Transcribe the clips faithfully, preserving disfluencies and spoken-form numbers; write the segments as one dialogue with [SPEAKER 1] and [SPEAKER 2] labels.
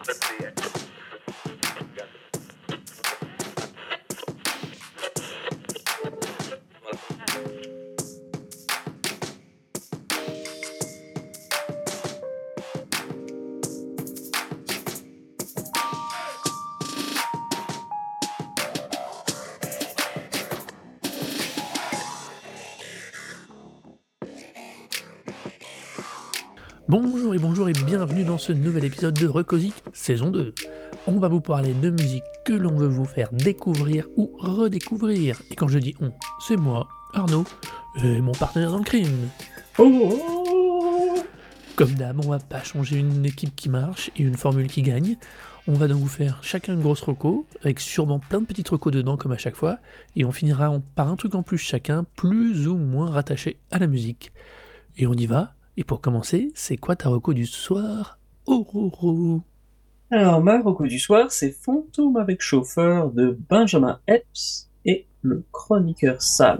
[SPEAKER 1] Bonjour et bonjour et bienvenue dans ce nouvel épisode de Recosic saison deux. On va vous parler de musique que l'on veut vous faire découvrir ou redécouvrir. Et quand je dis on, c'est moi, Arnaud, et mon partenaire dans le crime. Oh Comme d'hab, on va pas changer une équipe qui marche et une formule qui gagne. On va donc vous faire chacun une grosse reco, avec sûrement plein de petites recos dedans comme à chaque fois, et on finira en- par un truc en plus chacun, plus ou moins rattaché à la musique. Et on y va. Et pour commencer, c'est quoi ta reco du soir, Aurore?
[SPEAKER 2] Alors, ma reco du soir, c'est Fantôme avec chauffeur de Benjamin Epps et le chroniqueur sale.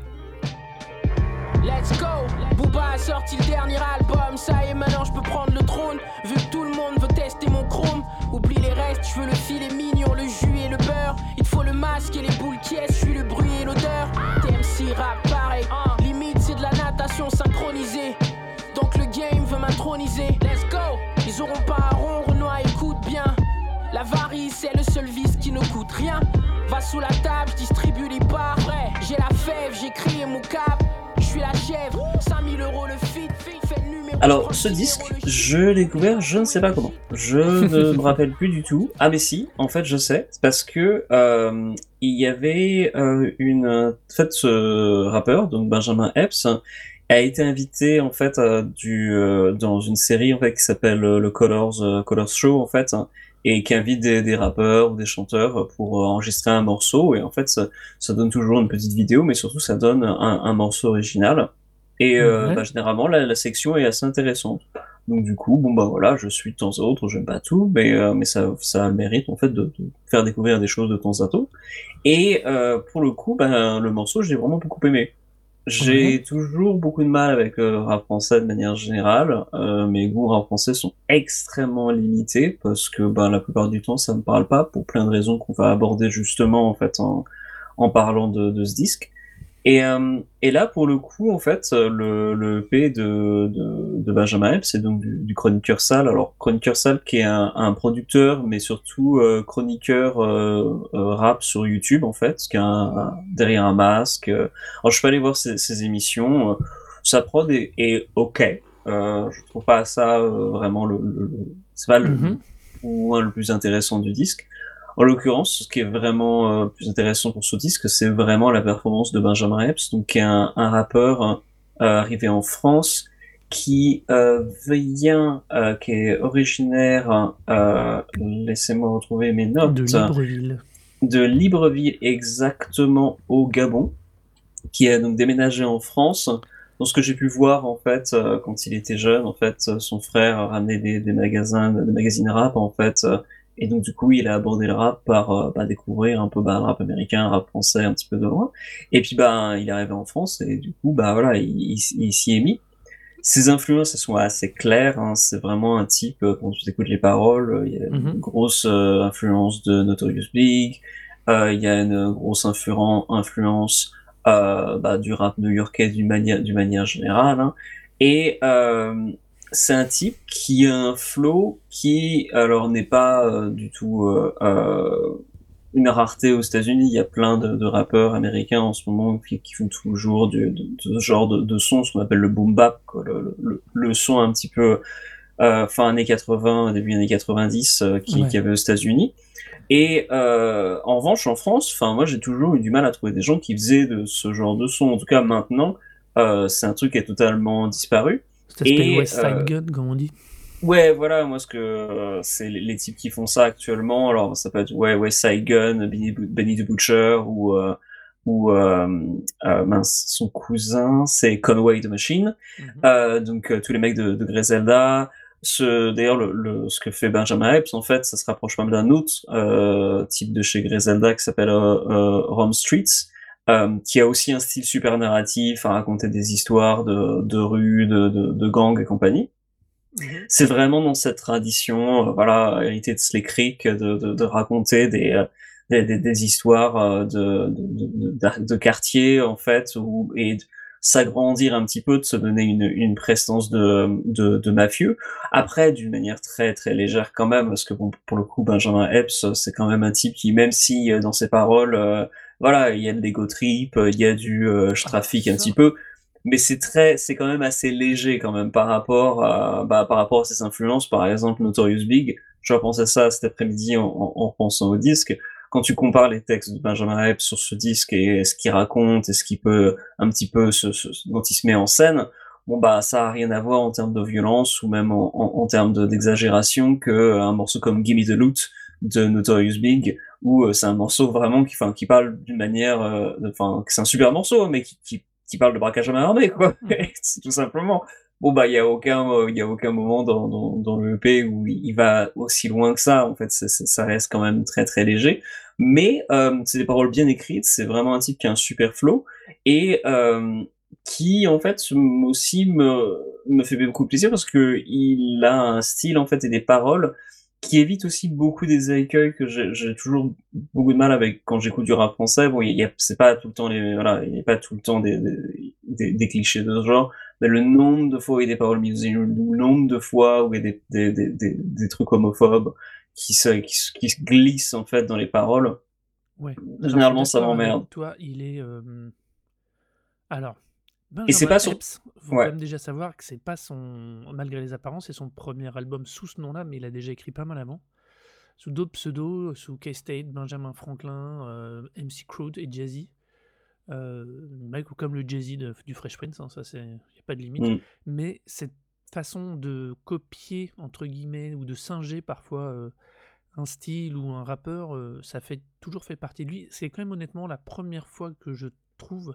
[SPEAKER 3] Let's go, Booba a sorti le dernier album, ça y est maintenant je peux prendre le trône. Vu que tout le monde veut tester mon chrome, oublie les restes, je veux le filet mignon, le jus et le beurre. Il te faut le masque et les boules qui est, je suis le bruit et l'odeur. T M C rap pareil, limite c'est de la natation synchronisée. Donc le game veut m'introniser, let's go. Ils auront pas un rond, Renoir écoute bien. La varice c'est le seul vice qui ne coûte rien. Va sous la table, je distribue les parts. Vrai, j'ai la fève, j'ai crié mon cap. Je suis la chèvre, cinq mille euros le feat. Fais le numéro.
[SPEAKER 2] Alors, ce disque, je l'ai découvert, je ne sais pas comment. Je ne me rappelle plus du tout. Ah mais si, en fait, je sais. C'est parce que euh, il y avait euh, une... En fait, ce rappeur, donc Benjamin Epps, a été invité en fait euh, du euh, dans une série en fait qui s'appelle euh, le Colors euh, Colors Show en fait, hein, et qui invite des, des rappeurs ou des chanteurs pour euh, enregistrer un morceau, et en fait ça, ça donne toujours une petite vidéo, mais surtout ça donne un, un morceau original, et euh,
[SPEAKER 1] Ouais.
[SPEAKER 2] bah, généralement la, la section est assez intéressante. Donc du coup bon bah voilà, je suis de temps à autre, j'aime pas tout, mais euh, mais ça ça a le mérite en fait de, de faire découvrir des choses de temps à autre. Et euh, pour le coup, ben le morceau, j'ai vraiment beaucoup aimé.
[SPEAKER 1] Ouais.
[SPEAKER 2] J'ai toujours beaucoup de mal avec le rap français de manière générale. Euh, mes goûts rap français sont extrêmement limités parce que ben la plupart du temps ça me parle pas, pour plein de raisons qu'on va aborder justement en fait en, en parlant de, de ce disque. Et, euh, et là, pour le coup, en fait, le, le E P de, de, de Benjamin Epps, c'est donc du, du Chroniqueur Sale. Alors, Chroniqueur Sale qui est un, un producteur, mais surtout euh, chroniqueur euh, euh, rap sur YouTube, en fait, qui a un, un- derrière un masque. euh. Alors, je suis pas allé voir ses, ses émissions. euh, Sa prod est, est ok. Euh, je trouve pas ça euh, vraiment le, le, le- c'est pas le, le
[SPEAKER 1] Mhm.
[SPEAKER 2] point le plus intéressant du disque. En l'occurrence, ce qui est vraiment euh, plus intéressant pour ce disque, c'est vraiment la performance de Benjamin Epps, donc qui est un, un rappeur euh, arrivé en France, qui euh, vient, euh, qui est originaire, euh, laissez-moi retrouver mes
[SPEAKER 1] De
[SPEAKER 2] notes,
[SPEAKER 1] Libreville.
[SPEAKER 2] de Libreville, exactement au Gabon, qui a donc déménagé en France. Dans ce que j'ai pu voir, en fait, euh, quand il était jeune, en fait, euh, son frère ramenait des, des magasins, des magazines rap, en fait, euh, et donc du coup, il a abordé le rap par euh, bah, découvrir un peu bah, le rap américain, le rap français, un petit peu de loin. Et puis, bah, il est arrivé en France, et du coup, bah voilà, il, il, il s'y est mis. Ses influences, elles sont assez claires, hein, c'est vraiment un type, euh, quand tu écoutes les paroles, euh, il y a une
[SPEAKER 1] Mhm.
[SPEAKER 2] grosse euh, influence de Notorious Big, euh, il y a une grosse influence, influence euh, bah, du rap new-yorkais d'une manière, d'une manière générale, hein. Et euh, c'est un type qui a un flow qui, alors, n'est pas euh, du tout euh, euh, une rareté aux États-Unis. Il y a plein de, de rappeurs américains en ce moment qui, qui font toujours du, de, de ce genre de, de son, ce qu'on appelle le boom bap, quoi, le, le, le son un petit peu euh, fin années quatre-vingts, début années quatre-vingt-dix, euh, qui, qui
[SPEAKER 1] Ouais.
[SPEAKER 2] avait aux États-Unis. Et euh, en revanche, en France, enfin moi j'ai toujours eu du mal à trouver des gens qui faisaient de ce genre de son. En tout cas maintenant, euh, c'est un truc qui est totalement disparu.
[SPEAKER 1] Cet aspect
[SPEAKER 2] Et
[SPEAKER 1] West Side
[SPEAKER 2] euh,
[SPEAKER 1] Gun, comme on dit.
[SPEAKER 2] ouais, voilà, moi ce que euh, c'est les, les types qui font ça actuellement. Alors ça peut être ouais, West Side Gun, Benny, Bu- Benny the Butcher, ou euh, ou euh, euh, mince, son cousin, c'est Conway the Machine.
[SPEAKER 1] Mhm.
[SPEAKER 2] Euh, donc euh, tous les mecs de, de Griselda. Ce, d'ailleurs, le, le, ce que fait Benjamin Epps, en fait, ça se rapproche même d'un autre euh, type de chez Griselda qui s'appelle euh, euh, Rome Streets, euh, qui a aussi un style super narratif, à raconter des histoires de, de rue, de, de, de gangs et compagnie.
[SPEAKER 1] Mhm.
[SPEAKER 2] C'est vraiment dans cette tradition, euh, voilà, héritée de Slick Rick, de, de, de raconter des, euh, des, des, des histoires euh, de, de, de, de, de quartier, en fait, où, et de s'agrandir un petit peu, de se donner une, une prestance de, de, de mafieux. Après, d'une manière très, très légère quand même, parce que bon, pour le coup, Benjamin Epps, c'est quand même un type qui, même si euh, dans ses paroles, euh, voilà, il y a de l'ego trip, il y a du euh, je
[SPEAKER 1] Ah,
[SPEAKER 2] trafique un petit
[SPEAKER 1] ça,
[SPEAKER 2] peu, mais c'est très, c'est quand même assez léger quand même par rapport à, bah, par rapport à ses influences, par exemple Notorious Big. Je repensais à ça cet après-midi en, en, en pensant au disque. Quand tu compares les textes de Benjamin Epps sur ce disque et ce qu'il raconte et ce qu'il peut un petit peu se, se, dont il se met en scène, bon bah ça a rien à voir en termes de violence ou même en, en, en termes de, d'exagération que un morceau comme Gimme the Loot de Notorious Big, où euh, c'est un morceau vraiment qui, enfin, qui parle d'une manière, enfin, euh, c'est un super morceau, mais qui, qui qui parle de braquage à main armée, quoi.
[SPEAKER 1] mhm.
[SPEAKER 2] C'est tout simplement. Bon, bah, il y a aucun, euh, il y a aucun moment dans, dans, dans le E P où il va aussi loin que ça. En fait, c'est, c'est, ça reste quand même très, très léger. Mais, euh, c'est des paroles bien écrites. C'est vraiment un type qui a un super flow et, euh, qui, en fait, m- aussi me, me fait beaucoup plaisir parce que il a un style, en fait, et des paroles qui évite aussi beaucoup des écueils que j'ai j'ai toujours beaucoup de mal avec quand j'écoute du rap français. Bon, il y a, c'est pas tout le temps les, voilà, il y a pas tout le temps des, des, des, des clichés de ce genre, mais le nombre de fois où il y a des paroles misogynes, le nombre de fois où il y a des, des, des, des, des trucs homophobes qui se, qui, se- qui se glissent, en fait, dans les paroles,
[SPEAKER 1] Ouais. Alors, je suis
[SPEAKER 2] généralement, ça
[SPEAKER 1] d'accord avec
[SPEAKER 2] m'emmerde.
[SPEAKER 1] toi. Il est. euh, Alors,
[SPEAKER 2] Et c'est
[SPEAKER 1] Benjamin
[SPEAKER 2] pas sur,
[SPEAKER 1] Epps, faut quand
[SPEAKER 2] ouais.
[SPEAKER 1] même déjà savoir que c'est pas son. Malgré les apparences, c'est son premier album sous ce nom-là, mais il a déjà écrit pas mal avant. Sous d'autres pseudos, sous K-State, Benjamin Franklin, euh, M C Crowd et Jay-Z. Euh, mec, comme le Jay-Z de- du Fresh Prince, hein, ça c'est. Y a pas de limite.
[SPEAKER 2] Mm.
[SPEAKER 1] Mais cette façon de copier, entre guillemets, ou de singer parfois euh, un style ou un rappeur, euh, ça fait toujours fait partie de lui. C'est quand même honnêtement la première fois que je trouve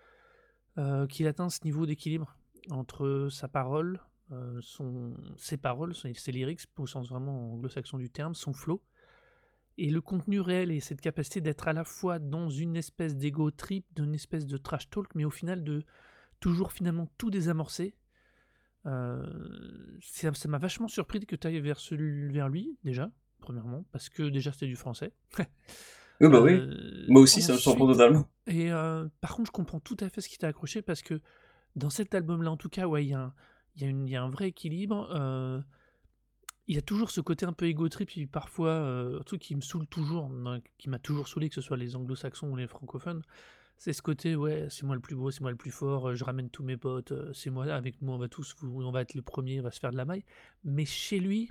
[SPEAKER 1] euh, qu'il atteint ce niveau d'équilibre entre sa parole, euh, son, ses paroles, ses, ses lyrics, au sens vraiment anglo-saxon du terme, son flow, et le contenu réel et cette capacité d'être à la fois dans une espèce d'ego trip, d'une espèce de trash talk, mais au final de toujours finalement tout désamorcer. Euh, ça ça m'a vachement surpris que tu ailles vers, celui- vers lui, déjà, premièrement, parce que déjà c'était du français.
[SPEAKER 2] Oui, bah oui.
[SPEAKER 1] Euh,
[SPEAKER 2] Moi aussi, ça me surprend
[SPEAKER 1] ensuite,
[SPEAKER 2] totalement.
[SPEAKER 1] et euh, par contre, je comprends tout à fait ce qui t'a accroché parce que dans cet album-là, en tout cas, ouais, il y a un, il y a une- il y a un vrai équilibre. euh, il y a toujours ce côté un peu égo trip, puis parfois, euh, un truc qui me saoule toujours, hein, qui m'a toujours saoulé, que ce soit les anglo-saxons ou les francophones, c'est ce côté, ouais, c'est moi le plus beau, c'est moi le plus fort, euh, je ramène tous mes potes, euh, c'est moi, avec moi, on va tous, vous- on va être le premier, on va se faire de la maille. Mais chez lui,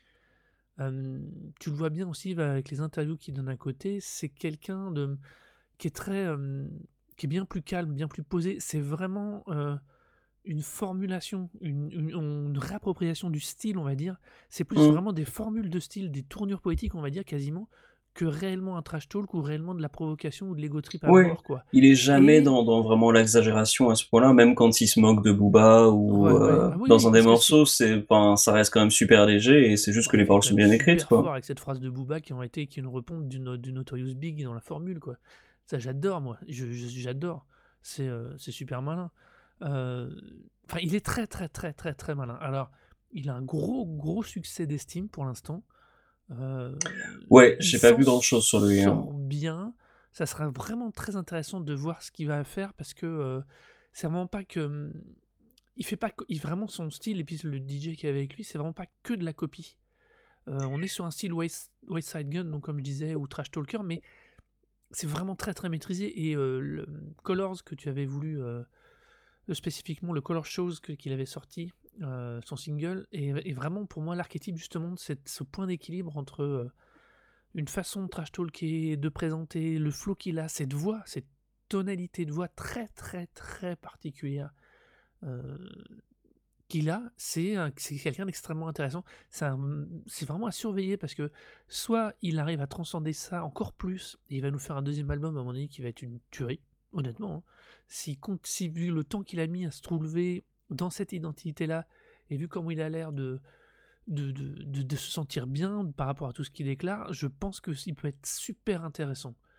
[SPEAKER 1] euh, tu le vois bien aussi bah, avec les interviews qu'il donne à côté, c'est quelqu'un de qui est très, euh, qui est bien plus calme, bien plus posé. C'est vraiment euh, une formulation, une, une- une réappropriation du style, on va dire. C'est plus
[SPEAKER 2] Mm.
[SPEAKER 1] vraiment des formules de style, des tournures poétiques, on va dire quasiment, que réellement un trash talk ou réellement de la provocation ou de l'ego trip à
[SPEAKER 2] Ouais,
[SPEAKER 1] mort, quoi.
[SPEAKER 2] il est jamais
[SPEAKER 1] Et
[SPEAKER 2] dans, dans vraiment l'exagération à ce point-là, même quand il se moque de Booba ou
[SPEAKER 1] ouais, ouais,
[SPEAKER 2] euh,
[SPEAKER 1] ah oui,
[SPEAKER 2] dans
[SPEAKER 1] oui,
[SPEAKER 2] un des
[SPEAKER 1] parce que c'est,
[SPEAKER 2] morceaux, c'est, enfin, ça reste quand même super léger et c'est juste
[SPEAKER 1] bah,
[SPEAKER 2] que
[SPEAKER 1] il
[SPEAKER 2] les
[SPEAKER 1] fait
[SPEAKER 2] paroles
[SPEAKER 1] quand
[SPEAKER 2] sont
[SPEAKER 1] même
[SPEAKER 2] bien écrites,
[SPEAKER 1] super
[SPEAKER 2] quoi.
[SPEAKER 1] fort avec cette phrase de Booba qui ont été, qui est une repompe du, No- du Notorious Big dans la formule, quoi. Ça, j'adore, moi. Je, je- j'adore. C'est, euh, c'est super malin. Euh, Enfin, il est très, très, très, très, très malin. Alors, il a un gros, gros succès d'estime pour l'instant. Euh,
[SPEAKER 2] Ouais,
[SPEAKER 1] il
[SPEAKER 2] j'ai pas
[SPEAKER 1] s'en
[SPEAKER 2] vu grand-chose sur lui, hein.
[SPEAKER 1] sort bien. Ça sera vraiment très intéressant de voir ce qu'il va faire parce que euh, c'est vraiment pas que. hum, Il fait pas. que- Il, vraiment son style, et puis le D J qui est avec lui, c'est vraiment pas que de la copie. Euh, on est sur un style West, West Side Gun, donc comme je disais, ou Trash Talker, mais c'est vraiment très très maîtrisé. Et euh, le Colors que tu avais voulu, euh, euh, spécifiquement le Color Shows que- qu'il avait sorti, euh, son single, est, est vraiment pour moi l'archétype justement de cette- ce point d'équilibre entre euh, une façon de trash talker, de présenter, le flow qu'il a, cette voix, cette tonalité de voix très très très particulière euh, qu'il a, c'est un- c'est quelqu'un d'extrêmement intéressant. C'est un- c'est vraiment à surveiller parce que soit il arrive à transcender ça encore plus et il va nous faire un deuxième album à mon avis qui va être une tuerie, honnêtement. Hein. S'il compte, si vu le temps qu'il a mis à se trouver dans cette identité-là et vu comment il a l'air de, de, de, de- de se sentir bien par rapport à tout ce qu'il déclare, je pense que il peut être super intéressant.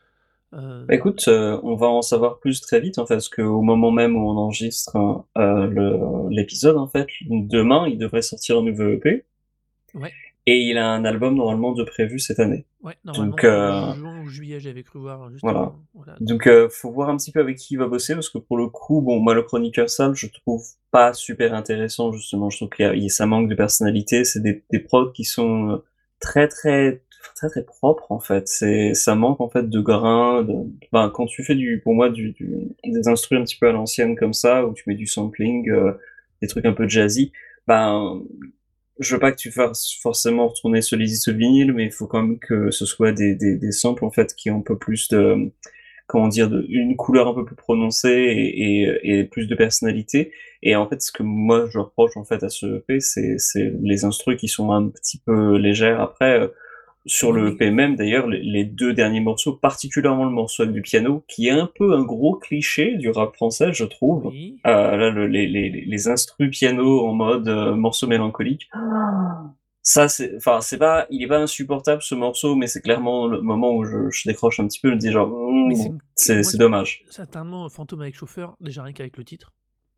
[SPEAKER 1] Euh,
[SPEAKER 2] Bah, écoute, euh, on va en savoir plus très vite, en fait, parce qu'au moment même où on enregistre hein, euh, le, l'épisode, en fait, demain, il devrait sortir un nouveau E P,
[SPEAKER 1] ouais,
[SPEAKER 2] et il a un album normalement de prévu cette année.
[SPEAKER 1] ouais,
[SPEAKER 2] Donc,
[SPEAKER 1] normalement en
[SPEAKER 2] euh,
[SPEAKER 1] juin ou juillet, j'avais cru voir juste
[SPEAKER 2] voilà.
[SPEAKER 1] avant. Voilà, donc.
[SPEAKER 2] Donc, euh, faut voir un petit peu avec qui il va bosser, parce que pour le coup, bon, moi, le chroniqueur Sam, je trouve pas super intéressant, justement. Je trouve qu'il y a, il- ça manque de personnalité. C'est des, des prods qui sont euh, très, très, très, très propres, en fait. C'est, ça manque, en fait, de grain. De, ben, quand tu fais du, pour moi, du, du, des instruments un petit peu à l'ancienne comme ça, où tu mets du sampling, euh, des trucs un peu jazzy, ben, je veux pas que tu fasses forcément retourner sur les disques de vinyle, mais il faut quand même que ce soit des, des, des samples, en fait, qui ont un peu plus de, comment dire, de, une couleur un peu plus prononcée et, et, et plus de personnalité. Et en fait, ce que moi je reproche en fait à ce E P, c'est, c'est les instrus qui sont un petit peu légères. Après, euh, sur
[SPEAKER 1] Oui,
[SPEAKER 2] le
[SPEAKER 1] mais
[SPEAKER 2] E P même, d'ailleurs, les, les deux derniers morceaux, particulièrement le morceau avec du piano, qui est un peu un gros cliché du rap français, je trouve.
[SPEAKER 1] oui,
[SPEAKER 2] Euh, là, le- les, les, les instrus piano en mode euh, morceau mélancolique. Ça, c'est, enfin, c'est pas, il est pas insupportable ce morceau, mais c'est clairement le moment où je, je décroche un petit peu, je me dis genre,
[SPEAKER 1] mais
[SPEAKER 2] hmm,
[SPEAKER 1] c'est
[SPEAKER 2] bon,
[SPEAKER 1] une-
[SPEAKER 2] c'est,
[SPEAKER 1] moi
[SPEAKER 2] c'est dommage.
[SPEAKER 1] certainement Fantôme avec chauffeur, déjà rien qu'avec le titre.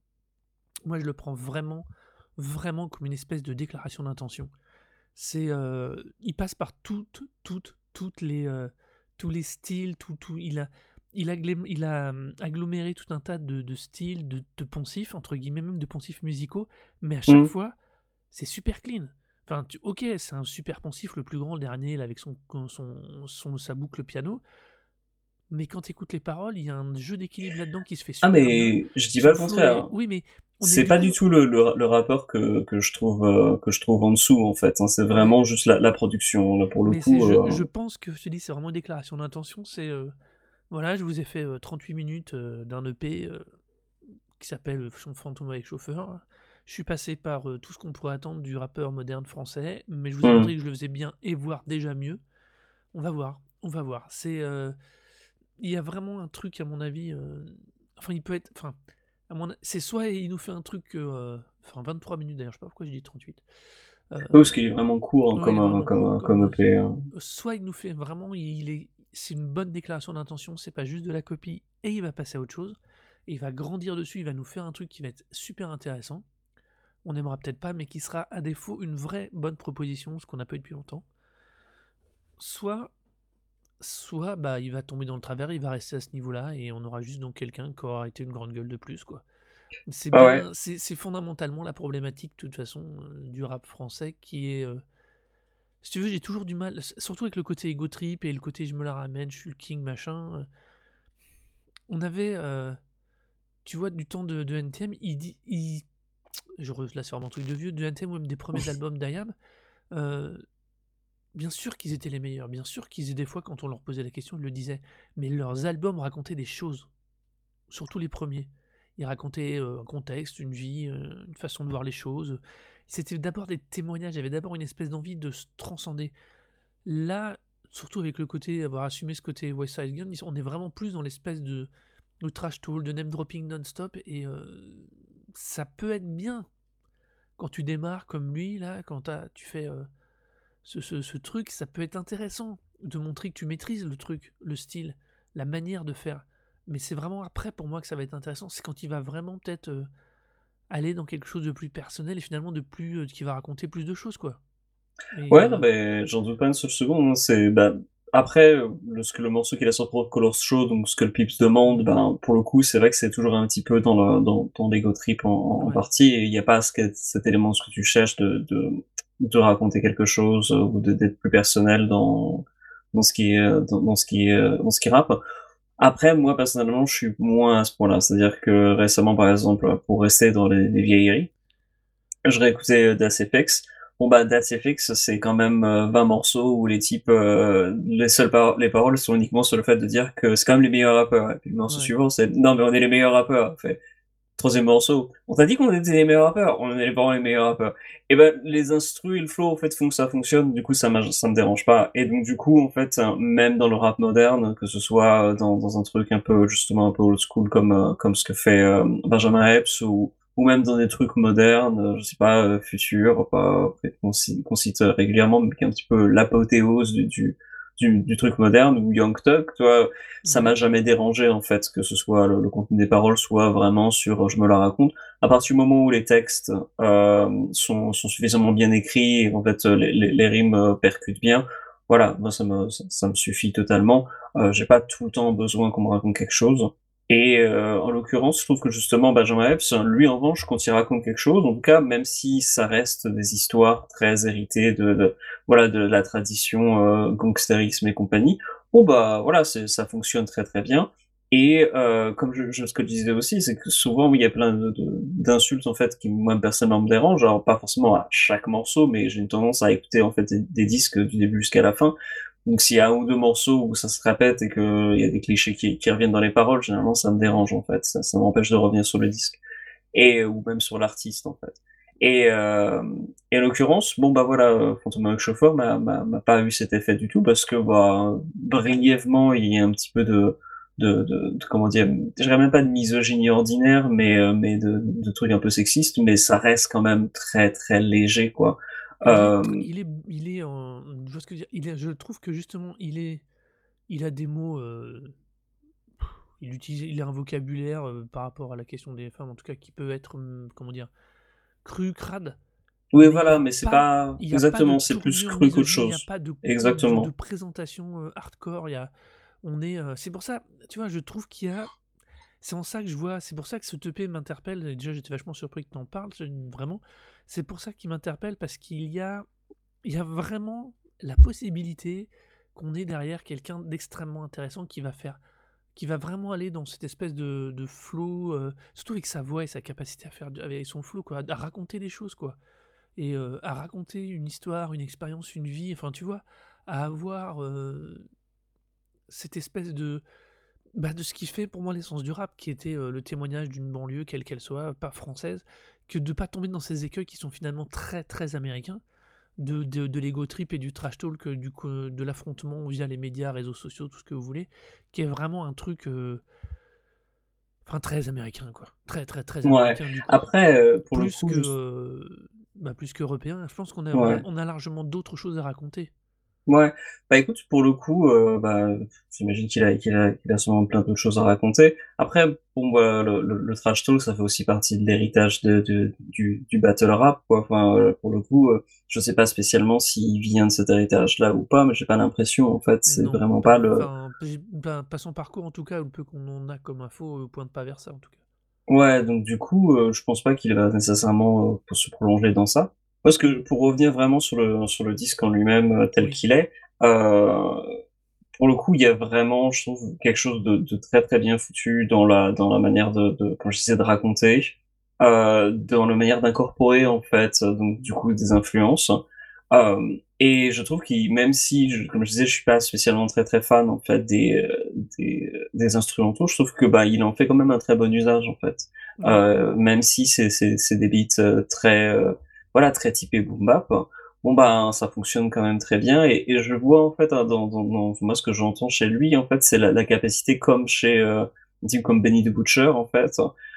[SPEAKER 1] Moi, je le prends vraiment, vraiment comme une espèce de déclaration d'intention. C'est, euh, il passe par toutes, toutes, toutes les, euh, tous les styles, tout, tout. Il a, il a, glém- il a hum, aggloméré tout un tas de, de styles, de, de poncifs entre guillemets, même de poncifs musicaux. Mais à chaque
[SPEAKER 2] Hmm.
[SPEAKER 1] fois, c'est super clean. Enfin, tu- ok, c'est un super poncif, le plus grand, le dernier, là, avec son, son, son, sa boucle piano. Mais quand tu écoutes les paroles, il y a un jeu d'équilibre là-dedans qui se fait
[SPEAKER 2] Ah,
[SPEAKER 1] super bien.
[SPEAKER 2] mais je dis pas
[SPEAKER 1] Son
[SPEAKER 2] le
[SPEAKER 1] flow
[SPEAKER 2] contraire,
[SPEAKER 1] est.
[SPEAKER 2] hein.
[SPEAKER 1] Oui, mais on est
[SPEAKER 2] C'est
[SPEAKER 1] du
[SPEAKER 2] pas du
[SPEAKER 1] coup.
[SPEAKER 2] tout le, le, le rapport que, que je trouve, euh, que je trouve en dessous, en fait, hein. C'est
[SPEAKER 1] Ouais,
[SPEAKER 2] vraiment juste la, la production, là, pour le
[SPEAKER 1] mais c'est,
[SPEAKER 2] coup,
[SPEAKER 1] je,
[SPEAKER 2] euh,
[SPEAKER 1] je pense que je te dis, c'est vraiment une déclaration d'intention. C'est. euh, voilà, je vous ai fait euh, trente-huit minutes euh, d'un E P euh, qui s'appelle euh, Son Fantôme avec chauffeur. Je suis passé par euh, tout ce qu'on pourrait attendre du rappeur moderne français, mais je vous ai
[SPEAKER 2] hmm.
[SPEAKER 1] montré que je le faisais bien et voire déjà mieux. On va voir, on va voir. C'est. euh, Il y a vraiment un truc, à mon avis. euh, Enfin, il peut être. Enfin, à mon a- c'est soit il nous fait un truc. euh, Enfin, vingt-trois minutes d'ailleurs, je sais pas pourquoi j'ai dit trente-huit. Euh,
[SPEAKER 2] Oui, parce qu'il est vraiment court, hein,
[SPEAKER 1] oui, il
[SPEAKER 2] comme,
[SPEAKER 1] est
[SPEAKER 2] un-
[SPEAKER 1] vraiment
[SPEAKER 2] comme,
[SPEAKER 1] court.
[SPEAKER 2] un- comme
[SPEAKER 1] Comme,
[SPEAKER 2] E P, hein.
[SPEAKER 1] euh, soit il nous fait vraiment. Il est, c'est une bonne déclaration d'intention, c'est pas juste de la copie, et il va passer à autre chose. Et il va grandir dessus, il va nous faire un truc qui va être super intéressant. On n'aimera peut-être pas, mais qui sera à défaut une vraie bonne proposition, ce qu'on n'a pas eu depuis longtemps. Soit Soit bah, il va tomber dans le travers, il va rester à ce niveau-là et on aura juste donc quelqu'un qui aura été une grande gueule de plus, quoi. C'est
[SPEAKER 2] Ah ouais.
[SPEAKER 1] bien, c'est c'est fondamentalement la problématique de toute façon euh, du rap français qui est, euh, si tu veux, j'ai toujours du mal, s- surtout avec le côté ego trip et le côté je me la ramène, je suis le king machin. euh, On avait, euh, tu vois, du temps de, de N T M, il dit, il, je re- là c'est vraiment un truc de vieux, de N T M ou même des premiers albums d'I A M, euh, bien sûr qu'ils étaient les meilleurs, bien sûr qu'ils, des fois quand on leur posait la question, ils le disaient, mais leurs albums racontaient des choses. Surtout les premiers. Ils racontaient euh, un contexte, une vie, euh, une façon de voir les choses. C'était d'abord des témoignages, il y avait d'abord une espèce d'envie de se transcender. Là, surtout avec le côté, avoir assumé ce côté West Side Gun, on est vraiment plus dans l'espèce de, de trash talk, de name dropping non-stop, et euh, ça peut être bien quand tu démarres comme lui, là, quand t'as- tu fais euh, ce, ce- ce truc, ça peut être intéressant de montrer que tu maîtrises le truc, le style, la manière de faire. Mais c'est vraiment après pour moi que ça va être intéressant. C'est quand il va vraiment peut-être euh, aller dans quelque chose de plus personnel et finalement de plus euh, qui va raconter plus de choses quoi. Et
[SPEAKER 2] Ouais, non,
[SPEAKER 1] euh,
[SPEAKER 2] mais j'en doute pas une seule seconde, hein. C'est, bah, après, euh, le, ce que le morceau qu'il a sorti pour Colors Show, donc ce que le Pips demande,
[SPEAKER 1] mm,
[SPEAKER 2] ben, pour le coup, c'est vrai que c'est toujours un petit peu dans le, dans, dans l'ego trip en, en
[SPEAKER 1] ouais.
[SPEAKER 2] partie, et il n'y a pas ce que- cet élément, ce que tu cherches de, de, de raconter quelque chose, euh, ou de, d'être plus personnel dans, dans ce qui est, euh, dans, dans ce qui est, euh, dans ce qui rappe. Après, moi, personnellement, je suis moins à ce point-là. C'est-à-dire que récemment, par exemple, pour rester dans les, les vieilleries, je réécoutais euh, Das F X. Bon bah Das F X, c'est quand même euh, vingt morceaux où les types, euh, les seules par- les paroles sont uniquement sur le fait de dire que c'est quand même les meilleurs rappeurs. Et puis le morceau
[SPEAKER 1] Ouais.
[SPEAKER 2] suivant, c'est non mais on est les meilleurs rappeurs. Fait, troisième morceau, on t'a dit qu'on était les meilleurs rappeurs, on est vraiment les meilleurs rappeurs. Et ben les instrus et le flow en fait font que ça fonctionne. Du coup ça m'a- ça me dérange pas. Et donc du coup en fait hein, même dans le rap moderne, que ce soit dans, dans un truc un peu justement un peu old school comme euh, comme ce que fait euh, Benjamin Epps ou ou même dans des trucs modernes, euh, je sais pas, euh, Future, pas, après, qu'on cite, qu'on cite régulièrement, mais qui est un petit peu l'apothéose du, du, du, du truc moderne ou Young Thug, tu vois, ça
[SPEAKER 1] Ouais.
[SPEAKER 2] m'a jamais dérangé en fait que ce soit le, le contenu des paroles soit vraiment sur je me la raconte. À partir du moment où les textes euh, sont, sont suffisamment bien écrits et en fait les, les, les rimes euh, percutent bien, voilà, moi ça me ça, ça me suffit totalement. Euh, j'ai pas tout le temps besoin qu'on me raconte quelque chose. Et euh, en l'occurrence, je trouve que justement Benjamin Epps, lui en revanche, quand il raconte quelque chose, en tout cas, même si ça reste des histoires très héritées de, de voilà de la tradition euh, gangstérisme et compagnie, bon bah voilà, c'est ça fonctionne très très bien. Et euh, comme je, je ce que je disais aussi, c'est que souvent oui, il y a plein de, de- d'insultes en fait qui moi personnellement me dérangent. Alors pas forcément à chaque morceau, mais j'ai une tendance à écouter en fait des, des disques du début jusqu'à la fin. Donc s'il y a un ou deux morceaux où ça se répète et qu'il y a des clichés qui, qui reviennent dans les paroles, généralement ça me dérange en fait. Ça, ça m'empêche de revenir sur le disque et ou même sur l'artiste en fait. Et, euh, et en l'occurrence, bon bah voilà, euh, Phantom Hourg Chauffeur m'a m'a m'a pas eu cet effet du tout parce que bah brièvement il y a un petit peu de de, de, de- comment dire, je dirais même pas de misogynie ordinaire, mais euh, mais de, de trucs un peu sexistes, mais ça reste quand même très très léger quoi.
[SPEAKER 1] Il est, tr-
[SPEAKER 2] Euh,
[SPEAKER 1] il est, il est en, je vois ce que je veux dire. Il est, je trouve que justement, il est, il a des mots, euh, il utilise, il a un vocabulaire euh, par rapport à la question des femmes, en tout cas, qui peut être, hum, comment dire, cru, crade,
[SPEAKER 2] oui
[SPEAKER 1] mais il n'y
[SPEAKER 2] voilà,
[SPEAKER 1] a
[SPEAKER 2] mais c'est
[SPEAKER 1] pas,
[SPEAKER 2] pas
[SPEAKER 1] il y a pas de
[SPEAKER 2] exactement, c'est plus
[SPEAKER 1] tournure
[SPEAKER 2] cru qu'autre
[SPEAKER 1] misogyne, il n'y a
[SPEAKER 2] chose.
[SPEAKER 1] pas de, de, de
[SPEAKER 2] Exactement.
[SPEAKER 1] présentation euh, hardcore. Il y a, on est, euh, c'est pour ça, tu vois, je trouve qu'il y a, c'est en ça que je vois, c'est pour ça que ce T P m'interpelle. Et déjà, j'étais vachement surpris que tu en parles, c'est une- vraiment. C'est pour ça qu'il m'interpelle parce qu'il y a, il y a vraiment la possibilité qu'on ait derrière quelqu'un d'extrêmement intéressant qui va faire, qui va vraiment aller dans cette espèce de, de flow, euh, surtout avec sa voix et sa capacité à faire, du- avec son flow, quoi, à raconter des choses, quoi, et euh, à raconter une histoire, une expérience, une vie, enfin, tu vois, à avoir euh, cette espèce de, bah, de ce qui fait pour moi l'essence du rap, qui était euh, le témoignage d'une banlieue, quelle qu'elle soit, pas française, que de pas tomber dans ces écueils qui sont finalement très très américains, de, de, de l'ego trip et du trash talk, euh, du, co- de l'affrontement via les médias, réseaux sociaux, tout ce que vous voulez, qui est vraiment un truc, euh, enfin très américain, quoi, très très très
[SPEAKER 2] Ouais.
[SPEAKER 1] américain du coup,
[SPEAKER 2] Après, euh, pour le
[SPEAKER 1] plus
[SPEAKER 2] coup,
[SPEAKER 1] que,
[SPEAKER 2] juste,
[SPEAKER 1] euh, bah, plus qu'européen. Je pense qu'on a, on a,
[SPEAKER 2] ouais.
[SPEAKER 1] on a largement d'autres choses à raconter.
[SPEAKER 2] Ouais, bah écoute, pour le coup, euh, bah, j'imagine qu'il a, qu'il a, qu'il a sûrement plein d'autres choses à raconter. Après, bon, bah, le, le, le trash talk, ça fait aussi partie de l'héritage de, de, du, du battle rap, quoi. Enfin, euh, pour le coup, euh, je sais pas spécialement s'il vient de cet héritage-là ou pas, mais j'ai pas l'impression, en fait, c'est
[SPEAKER 1] Non,
[SPEAKER 2] vraiment
[SPEAKER 1] pas,
[SPEAKER 2] pas le.
[SPEAKER 1] enfin, pas, pas son parcours en tout cas, ou le peu qu'on en a comme info, euh, pointe pas vers ça en tout cas.
[SPEAKER 2] Ouais, donc du coup, euh, je pense pas qu'il va nécessairement euh, pour se prolonger dans ça. Parce que pour revenir vraiment sur le sur le disque en lui-même euh, tel
[SPEAKER 1] Oui,
[SPEAKER 2] qu'il est, euh, pour le coup, il y a vraiment, je trouve, quelque chose de, de très très bien foutu dans la dans la manière de, de comme je disais, de raconter, euh, dans la manière d'incorporer en fait, euh, donc du coup des influences. Euh, et je trouve qu'il, même si, je- comme je disais, je suis pas spécialement très très fan en fait des euh, des, des instrumentaux, je trouve que bah il en fait quand même un très bon usage en fait.
[SPEAKER 1] oui,
[SPEAKER 2] Euh, même si c'est c'est c'est des beats euh, très euh, voilà très typés boom bap. Bon bah ça fonctionne quand même très bien et, et je vois en fait hein, dans, dans, dans moi ce que j'entends chez lui en fait c'est la, la capacité comme chez euh, un type comme Benny the Butcher en fait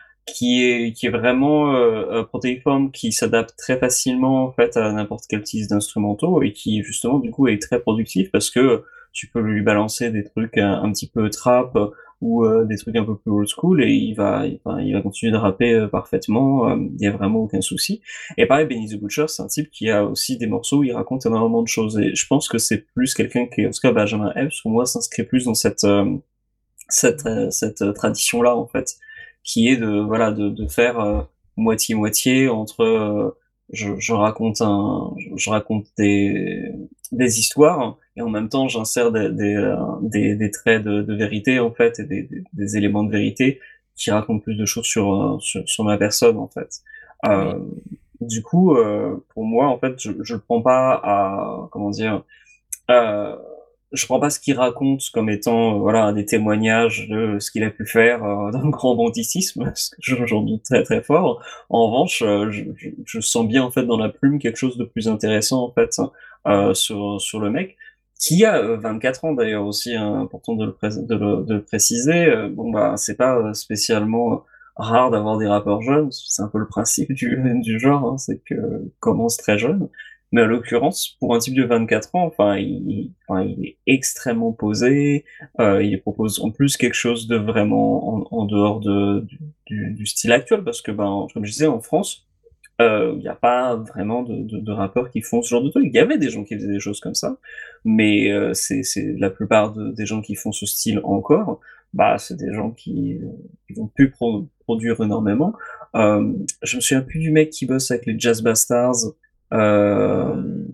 [SPEAKER 2] qui est qui est vraiment euh, euh, protéiforme qui s'adapte très facilement en fait à n'importe quel type d'instrumentaux et qui justement du coup est très productif parce que tu peux lui balancer des trucs un, un petit peu trap ou euh, des trucs un peu plus old school et il va il va, il va continuer de rapper euh, parfaitement euh, il y a vraiment aucun souci et pareil, Benny the Butcher, c'est un type qui a aussi des morceaux où il raconte énormément de choses. Et je pense que c'est plus quelqu'un qui, en tout cas, Benjamin Epps, pour moi, s'inscrit plus dans cette, euh, cette,
[SPEAKER 1] oui,
[SPEAKER 2] euh, cette euh, tradition-là, en fait, qui est de, voilà, de, de faire euh, moitié-moitié entre, euh, je, je raconte un, je raconte des, des histoires et en même temps, j'insère des, des, euh, des, des traits de, de vérité, en fait, et des, des, des éléments de vérité qui racontent plus de choses sur, euh, sur, sur ma personne, en fait.
[SPEAKER 1] oui.
[SPEAKER 2] Euh, du coup, euh, pour moi, en fait, je je le prends pas à comment dire, euh, je prends pas ce qu'il raconte comme étant euh, voilà des témoignages de ce qu'il a pu faire euh, d'un grand banditisme, parce que j'en j'en doute très très fort. En revanche, euh, je, je, je sens bien en fait dans la plume quelque chose de plus intéressant en fait euh,
[SPEAKER 1] Mhm.
[SPEAKER 2] sur sur le mec qui a euh, vingt-quatre ans d'ailleurs aussi, hein, important de le, pré- de le, de le préciser. Euh, bon bah c'est pas euh, spécialement rare d'avoir des rappeurs jeunes, c'est un peu le principe du, du genre, hein, c'est que commence très jeune. Mais en l'occurrence, pour un type de vingt-quatre ans, enfin, il, enfin, il est extrêmement posé. Euh, il propose en plus quelque chose de vraiment en, en dehors de, du, du, du style actuel, parce que, ben, comme je disais, en France, il n'y a pas vraiment de, de, de rappeurs qui font ce genre de truc. Il y avait des gens qui faisaient des choses comme ça, mais euh, c'est, c'est la plupart de, des gens qui font ce style encore, bah, c'est des gens qui, euh, qui vont plus pro- produire énormément. Euh, je me souviens plus du mec qui bosse avec les Jazz Bastards, euh,
[SPEAKER 1] Euh,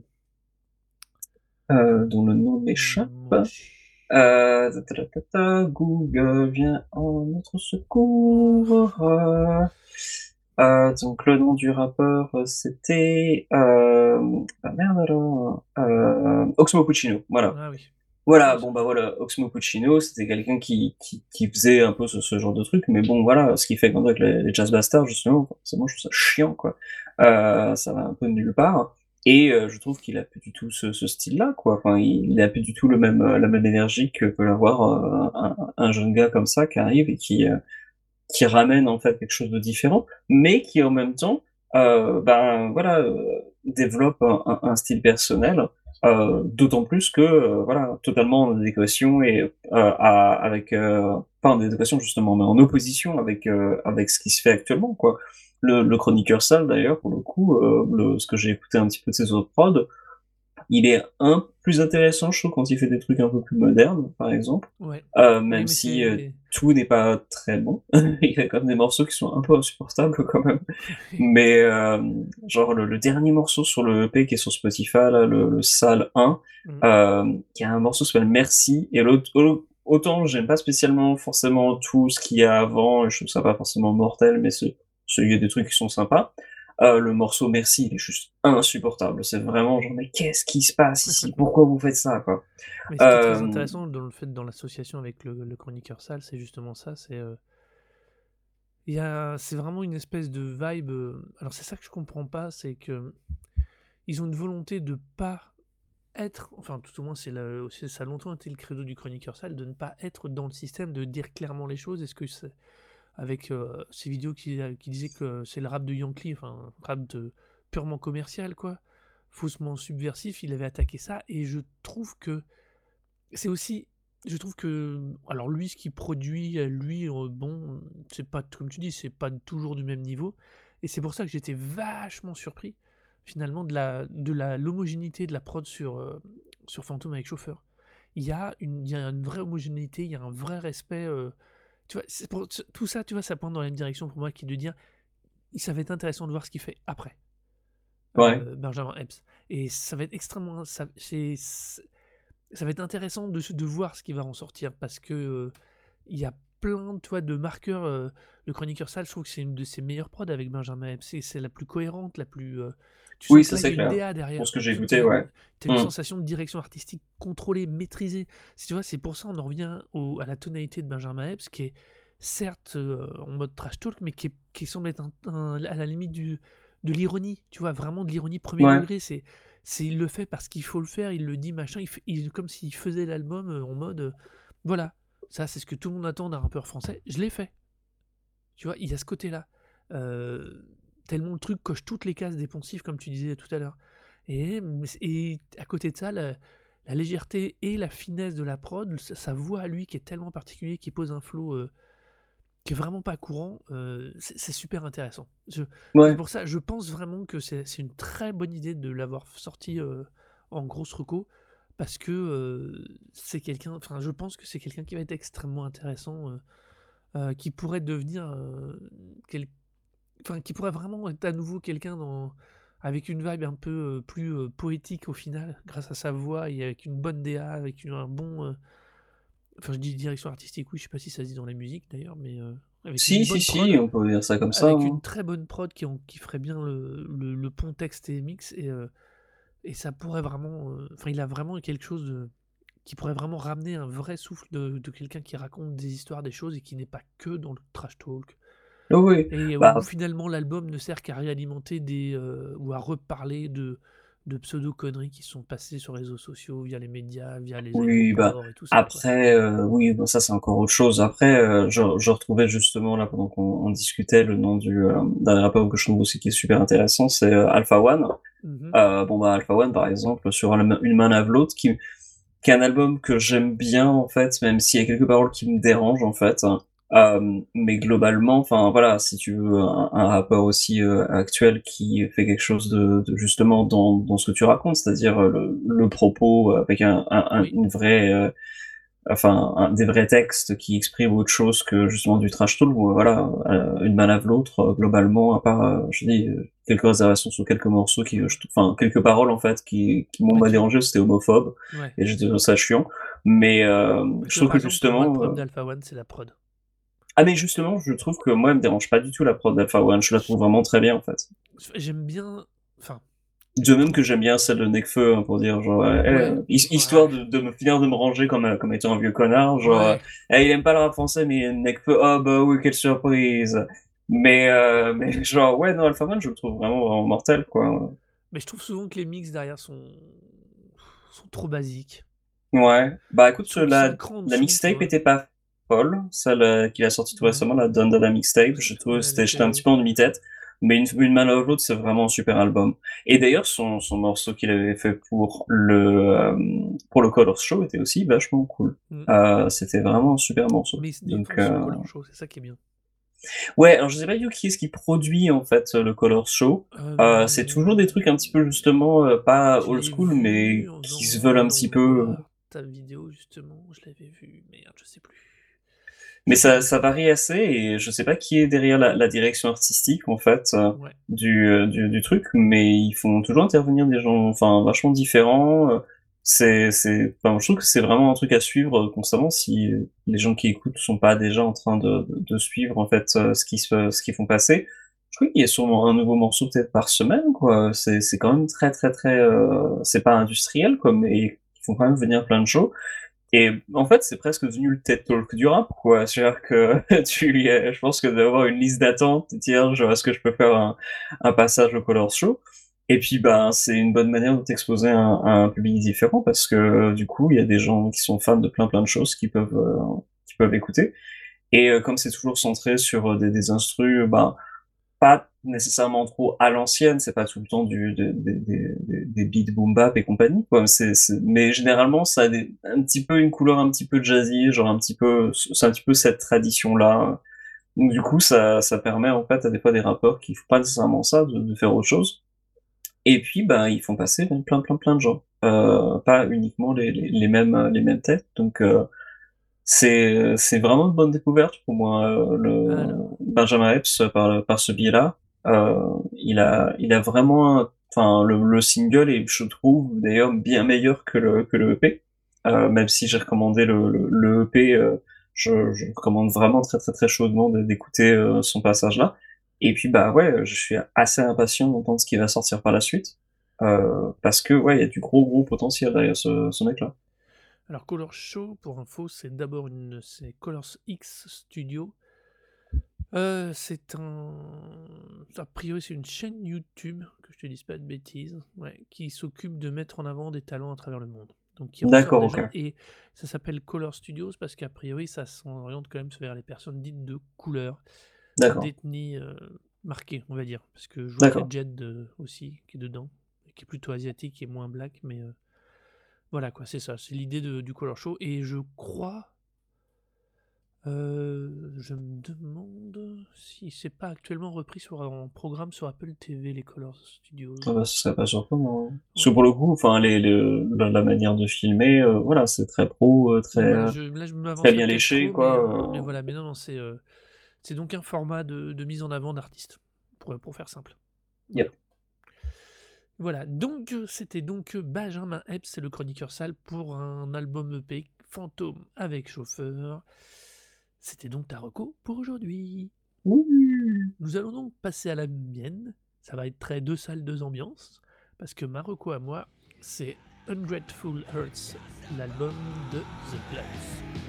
[SPEAKER 2] euh, dont le nom m'échappe.
[SPEAKER 1] moi, je-
[SPEAKER 2] Euh, ta, ta, ta, ta, ta, Google vient en notre secours. Euh, euh, donc le nom du rappeur, euh, c'était euh, ah merde alors, euh, Oxmo Puccino. Voilà.
[SPEAKER 1] Ah oui.
[SPEAKER 2] Voilà,
[SPEAKER 1] Oui,
[SPEAKER 2] bon bah voilà, Oxmo Puccino, c'était quelqu'un qui, qui, qui faisait un peu ce, ce genre de truc, mais bon voilà, ce qui fait qu'en avec les, les Jazz Bastards, justement, forcément, je trouve ça chiant, quoi. Euh, ça va un peu de nulle part. Et euh, je trouve qu'il a plus du tout ce, ce style-là, quoi. Enfin, il, il a plus du tout le même, euh, la même énergie que peut l'avoir euh, un, un jeune gars comme ça qui arrive et qui, euh, qui ramène en fait quelque chose de différent, mais qui en même temps, euh, ben voilà, euh, développe un, un, un style personnel, euh, d'autant plus que euh, voilà, totalement en adéquation et euh, à, avec euh, pas en adéquation justement, mais en opposition avec euh, avec ce qui se fait actuellement quoi. Le, le chroniqueur sale d'ailleurs pour le coup, euh, le, ce que j'ai écouté un petit peu de ses autres prods, il est un plus intéressant, je trouve, quand il fait des trucs un peu plus modernes, par exemple.
[SPEAKER 1] ouais.
[SPEAKER 2] Euh,
[SPEAKER 1] Oui,
[SPEAKER 2] même
[SPEAKER 1] mais
[SPEAKER 2] si euh,
[SPEAKER 1] c'est.
[SPEAKER 2] tout n'est pas très bon. Il y a quand même des morceaux qui sont un peu insupportables quand même. Mais euh, genre le, le dernier morceau sur le E P qui est sur Spotify, là, le, le Salle un,
[SPEAKER 1] Mm.
[SPEAKER 2] euh, qui a un morceau qui s'appelle Merci, et l'autre, au- autant j'aime pas spécialement forcément tout ce qu'il y a avant, et je trouve ça pas forcément mortel, mais c'est, c'est- il y a des trucs qui sont sympas. Euh, le morceau Merci, il est juste insupportable. C'est vraiment genre, mais qu'est-ce qui se passe ici? Pourquoi vous faites ça, quoi?
[SPEAKER 1] Mais ce qui est très
[SPEAKER 2] Euh,
[SPEAKER 1] intéressant dans le fait dans l'association avec le, le chroniqueur sale, c'est justement ça. C'est euh, il y a, c'est vraiment une espèce de vibe. euh, Alors c'est ça que je comprends pas, c'est que ils ont une volonté de pas être, enfin tout au moins c'est la- c'est- ça a longtemps été le credo du chroniqueur sale, de ne pas être dans le système, de dire clairement les choses. Est-ce que c'est- avec euh, ces vidéos qui, qui disaient que c'est le rap de Yankee, enfin un rap de purement commercial quoi, faussement subversif, il avait attaqué ça et je trouve que c'est aussi, je trouve que, alors lui, ce qu'il produit, euh, lui, euh, bon, c'est pas, comme tu dis, c'est pas toujours du même niveau. Et c'est pour ça que j'étais vachement surpris, finalement, de la, de la, l'homogénéité de la prod sur, euh, sur Phantom avec Chauffeur. Il y a une, il y a une vraie homogénéité, il y a un vrai respect. euh, tu vois, c'est pour, tout ça, tu vois, ça pointe dans la même direction pour moi, qui est de dire, ça va être intéressant de voir ce qu'il fait après,
[SPEAKER 2] ouais.
[SPEAKER 1] euh, Benjamin Epps. Et ça va être extrêmement, ça, c'est, ça va être intéressant de, de voir ce qui va en sortir parce que euh, il y a plein toi, de marqueurs. euh, le chroniqueur sale, je trouve que c'est une de ses meilleures prods avec Benjamin Epps. C'est c'est la plus cohérente, la plus. euh, tu
[SPEAKER 2] Oui,
[SPEAKER 1] sens que
[SPEAKER 2] ça
[SPEAKER 1] là, il y
[SPEAKER 2] c'est
[SPEAKER 1] a une
[SPEAKER 2] clair.
[SPEAKER 1] D A
[SPEAKER 2] Pour
[SPEAKER 1] derrière.
[SPEAKER 2] ce que j'ai
[SPEAKER 1] Tu as
[SPEAKER 2] écouté,
[SPEAKER 1] une,
[SPEAKER 2] ouais.
[SPEAKER 1] t'as une
[SPEAKER 2] Hmm.
[SPEAKER 1] sensation de direction artistique contrôlée, maîtrisée. Si tu vois, c'est pour ça on en revient au- à la tonalité de Benjamin Epps qui est certes euh, en mode trash talk, mais qui, est- qui semble être un- un- à la limite du, de l'ironie. Tu vois, vraiment de l'ironie premier
[SPEAKER 2] Ouais.
[SPEAKER 1] degré. C'est c'est il le fait parce qu'il faut le faire, il le dit machin, il, fait- il- comme s'il faisait l'album euh, en mode euh, voilà, ça c'est ce que tout le monde attend d'un rappeur français, je l'ai fait. Tu vois, il y a ce côté-là. Euh, tellement le truc coche toutes les cases des poncifs comme tu disais tout à l'heure. Et, et à côté de ça, la, la légèreté et la finesse de la prod, sa, sa voix à lui qui est tellement particulier, qui pose un flow euh, qui est vraiment pas courant, euh, c'est c'est super intéressant. Je- C'est
[SPEAKER 2] Ouais.
[SPEAKER 1] pour ça, je pense vraiment que c'est c'est une très bonne idée de l'avoir sorti euh, en grosse reco, parce que euh, c'est quelqu'un, enfin je pense que c'est quelqu'un qui va être extrêmement intéressant, euh, euh, qui pourrait devenir, euh, quel- enfin qui pourrait vraiment être à nouveau quelqu'un dans avec une vibe un peu euh, plus euh, poétique au final, grâce à sa voix et avec une bonne D A, avec une- un bon, euh, enfin je dis direction artistique, oui, je sais pas si ça se dit dans la musique d'ailleurs, mais euh, avec une
[SPEAKER 2] Si, si,
[SPEAKER 1] bonne
[SPEAKER 2] si,
[SPEAKER 1] prod,
[SPEAKER 2] on peut dire ça comme ça,
[SPEAKER 1] avec une
[SPEAKER 2] hein.
[SPEAKER 1] très bonne prod qui, en- qui ferait bien le, le, le pont texte et mix, et, euh, et ça pourrait vraiment, euh, enfin il a vraiment quelque chose de, qui pourrait vraiment ramener un vrai souffle de, de quelqu'un qui raconte des histoires, des choses, et qui n'est pas que dans le trash talk,
[SPEAKER 2] Oui, oui.
[SPEAKER 1] et
[SPEAKER 2] Bah,
[SPEAKER 1] où finalement l'album ne sert qu'à réalimenter des, euh, ou à reparler de, de pseudo-conneries qui sont passées sur les réseaux sociaux, via les médias, via les
[SPEAKER 2] oui, bah,
[SPEAKER 1] aéroports et tout ça, quoi.
[SPEAKER 2] après, euh, oui, bon, ça c'est encore autre chose. Après, euh, je, je retrouvais justement là pendant qu'on on discutait le nom du euh, d'un rappeur que je trouve aussi qui est super intéressant, c'est euh, Alpha One.
[SPEAKER 1] Mhm.
[SPEAKER 2] Euh, bon bah Alpha One par exemple sur Une main lave l'autre, qui, qui est un album que j'aime bien en fait, même s'il y a quelques paroles qui me dérangent en fait. Euh, mais globalement, enfin voilà, si tu veux un, un rappeur aussi euh, actuel qui fait quelque chose de, de justement dans, dans ce que tu racontes, c'est-à-dire euh, le, le propos avec un, un, un-
[SPEAKER 1] Oui.
[SPEAKER 2] une vraie euh, enfin un, des vrais textes qui expriment autre chose que justement du trash talk. Voilà, euh, Une main lave l'autre, euh, globalement, à part, euh, je dis, euh, quelques réservations sur quelques morceaux qui, je- enfin quelques paroles en fait qui, qui m'ont
[SPEAKER 1] Bah,
[SPEAKER 2] pas
[SPEAKER 1] tu-
[SPEAKER 2] dérangé, c'était homophobe
[SPEAKER 1] Ouais.
[SPEAKER 2] et j'ai trouvé ça chiant. Mais euh,
[SPEAKER 1] Bah,
[SPEAKER 2] je
[SPEAKER 1] tu vois,
[SPEAKER 2] trouve
[SPEAKER 1] par
[SPEAKER 2] que
[SPEAKER 1] exemple, pour moi, le
[SPEAKER 2] justement,
[SPEAKER 1] problème
[SPEAKER 2] euh,
[SPEAKER 1] d'Alpha One, c'est la prod.
[SPEAKER 2] ah mais justement, je trouve que moi, elle me dérange pas du tout la prod d'Alpha One, je la trouve vraiment très bien en fait.
[SPEAKER 1] J'aime bien. Enfin,
[SPEAKER 2] De
[SPEAKER 1] je
[SPEAKER 2] même que
[SPEAKER 1] trouve.
[SPEAKER 2] j'aime bien celle de Nekfeu, hein, pour dire, genre, euh,
[SPEAKER 1] Ouais.
[SPEAKER 2] eh, his- histoire
[SPEAKER 1] Ouais.
[SPEAKER 2] de, de me finir de me ranger comme, euh, comme étant un vieux connard, genre, euh,
[SPEAKER 1] Ouais.
[SPEAKER 2] eh, il aime pas le rap français, mais Nekfeu, oh bah oui, quelle surprise. Mais, euh, mais genre, ouais, non, Alpha One, je le trouve vraiment, vraiment mortel, quoi.
[SPEAKER 1] Mais je trouve souvent que les mix derrière sont. sont trop basiques.
[SPEAKER 2] Ouais, bah
[SPEAKER 1] Je
[SPEAKER 2] écoute,
[SPEAKER 1] trouve que c'est un
[SPEAKER 2] la,
[SPEAKER 1] cran en
[SPEAKER 2] la
[SPEAKER 1] dessous, tu
[SPEAKER 2] mixtape
[SPEAKER 1] vois.
[SPEAKER 2] était pas folle, celle euh, qu'il a sortie tout
[SPEAKER 1] Ouais.
[SPEAKER 2] récemment, la Donne de la mixtape, je trouve,
[SPEAKER 1] Ouais, elle
[SPEAKER 2] c'était, j'étais un
[SPEAKER 1] était.
[SPEAKER 2] petit peu en demi-tête, mais une, une main love l'autre, c'est vraiment un super album. Et d'ailleurs, son, son morceau qu'il avait fait pour le, euh, pour le Colors Show était aussi vachement cool.
[SPEAKER 1] Mm.
[SPEAKER 2] Euh, c'était vraiment un super morceau.
[SPEAKER 1] Mais ils ils
[SPEAKER 2] Donc,
[SPEAKER 1] font son
[SPEAKER 2] euh...
[SPEAKER 1] color show, c'est ça qui est bien.
[SPEAKER 2] ouais, alors je sais pas du tout qui est-ce qui produit, en fait, le Colors Show. Euh, c'est toujours
[SPEAKER 1] Euh,
[SPEAKER 2] des trucs un petit peu, justement, euh, pas
[SPEAKER 1] Je
[SPEAKER 2] old
[SPEAKER 1] l'ai
[SPEAKER 2] school,
[SPEAKER 1] vu
[SPEAKER 2] mais
[SPEAKER 1] en
[SPEAKER 2] qui se
[SPEAKER 1] faisant
[SPEAKER 2] veulent un
[SPEAKER 1] Viens,
[SPEAKER 2] petit
[SPEAKER 1] on va
[SPEAKER 2] peu.
[SPEAKER 1] voir ta vidéo, justement. Je l'avais vu. Merde, je sais plus.
[SPEAKER 2] Mais
[SPEAKER 1] Je sais
[SPEAKER 2] ça,
[SPEAKER 1] plus.
[SPEAKER 2] ça varie assez et je sais pas qui est derrière la, la direction artistique en fait euh,
[SPEAKER 1] Ouais.
[SPEAKER 2] du, euh, du, du truc, mais ils font toujours intervenir des gens, enfin vachement différents. euh, C'est, c'est, enfin, je trouve que c'est vraiment un truc à suivre euh, constamment si les gens qui écoutent sont pas déjà en train de, de, de suivre en fait euh, ce qui se, ce qu'ils font passer. Je trouve qu'il y a sûrement un nouveau morceau peut-être par semaine quoi. C'est, c'est quand même très très très, euh, c'est pas industriel quoi, mais ils font quand même venir plein de shows. Et en fait, c'est presque devenu le TED Talk du rap, quoi. C'est-à-dire que tu, euh, je pense que d'avoir une liste d'attente, dire, genre, est-ce que je peux faire un, un passage au Color Show? Et puis, ben, c'est une bonne manière de t'exposer à un, à un public différent parce que, euh, du coup, il y a des gens qui sont fans de plein plein de choses qui peuvent, euh, qui peuvent écouter. Et euh, comme c'est toujours centré sur euh, des, des instrus, ben, pas nécessairement trop à l'ancienne, c'est pas tout le temps du, des, des, des, des beats boom bap et compagnie, quoi. C'est, c'est, mais généralement, ça a des, un petit peu une couleur un petit peu jazzy, genre un petit peu, c'est un petit peu cette tradition-là. Donc du coup, ça, ça permet en fait à des fois des rappeurs qui font pas nécessairement ça, de, de faire autre chose. Et puis, bah, ils font passer plein, plein, plein de gens. Euh, pas uniquement les, les, les mêmes, les mêmes têtes. Donc, euh, c'est c'est vraiment une bonne découverte pour moi, euh, le
[SPEAKER 1] Alors.
[SPEAKER 2] Benjamin Epps par par ce biais-là. Euh, il a il a vraiment un- enfin le, le single est je trouve d'ailleurs bien meilleur que le que le E P. Euh, même si j'ai recommandé le le, le E P, euh, je je recommande vraiment très très très chaudement de- d'écouter euh, son passage là. Et puis bah ouais, je suis assez impatient d'entendre ce qui va sortir par la suite. Euh, parce que ouais, il y a du gros gros potentiel derrière ce ce mec-là.
[SPEAKER 1] Alors, Color Show, pour info, c'est d'abord une. C'est Colors X Studio. Euh, c'est un. A priori, c'est une chaîne YouTube, que je te dise pas de bêtises, ouais, qui s'occupe de mettre en avant des talents à travers le monde. Donc, qui ressort
[SPEAKER 2] D'accord,
[SPEAKER 1] des
[SPEAKER 2] ok.
[SPEAKER 1] gens. Et ça s'appelle Color Studios parce qu'a priori, ça s'oriente quand même vers les personnes dites de couleur,
[SPEAKER 2] D'accord.
[SPEAKER 1] d'ethnie euh, marquée, on va dire. Parce que je vois qu'il y a
[SPEAKER 2] D'accord.
[SPEAKER 1] Jed euh, aussi qui est dedans, qui est plutôt asiatique et moins black, mais euh, voilà quoi, c'est ça. C'est l'idée de- du Color Show. Et je crois. Euh, je me demande si c'est pas actuellement repris sur un programme sur Apple T V, les Color Studios.
[SPEAKER 2] Ah bah, ce serait pas surprenant, hein. Parce que
[SPEAKER 1] Ouais.
[SPEAKER 2] pour le coup, enfin, les, les- la, la manière de filmer, euh, voilà, c'est très pro, euh, très,
[SPEAKER 1] Voilà,
[SPEAKER 2] euh,
[SPEAKER 1] je, là je
[SPEAKER 2] très
[SPEAKER 1] m'avancerai
[SPEAKER 2] bien
[SPEAKER 1] peut-être
[SPEAKER 2] léché,
[SPEAKER 1] trop, mais, euh, mais
[SPEAKER 2] quoi. euh.
[SPEAKER 1] voilà, mais non, non, c'est euh, c'est donc un format de, de mise en avant d'artistes, pour, pour faire simple. Voilà.
[SPEAKER 2] Yep.
[SPEAKER 1] Voilà, donc euh, c'était donc euh, Benjamin Epps, c'est le chroniqueur sale pour un album E P Fantôme avec chauffeur. C'était donc ta reco pour aujourd'hui.
[SPEAKER 2] Ouh.
[SPEAKER 1] Nous allons donc passer à la mienne. Ça va être très deux salles, deux ambiances. Parce que ma reco à moi, c'est Ungrateful Hearts, l'album de The Bloods.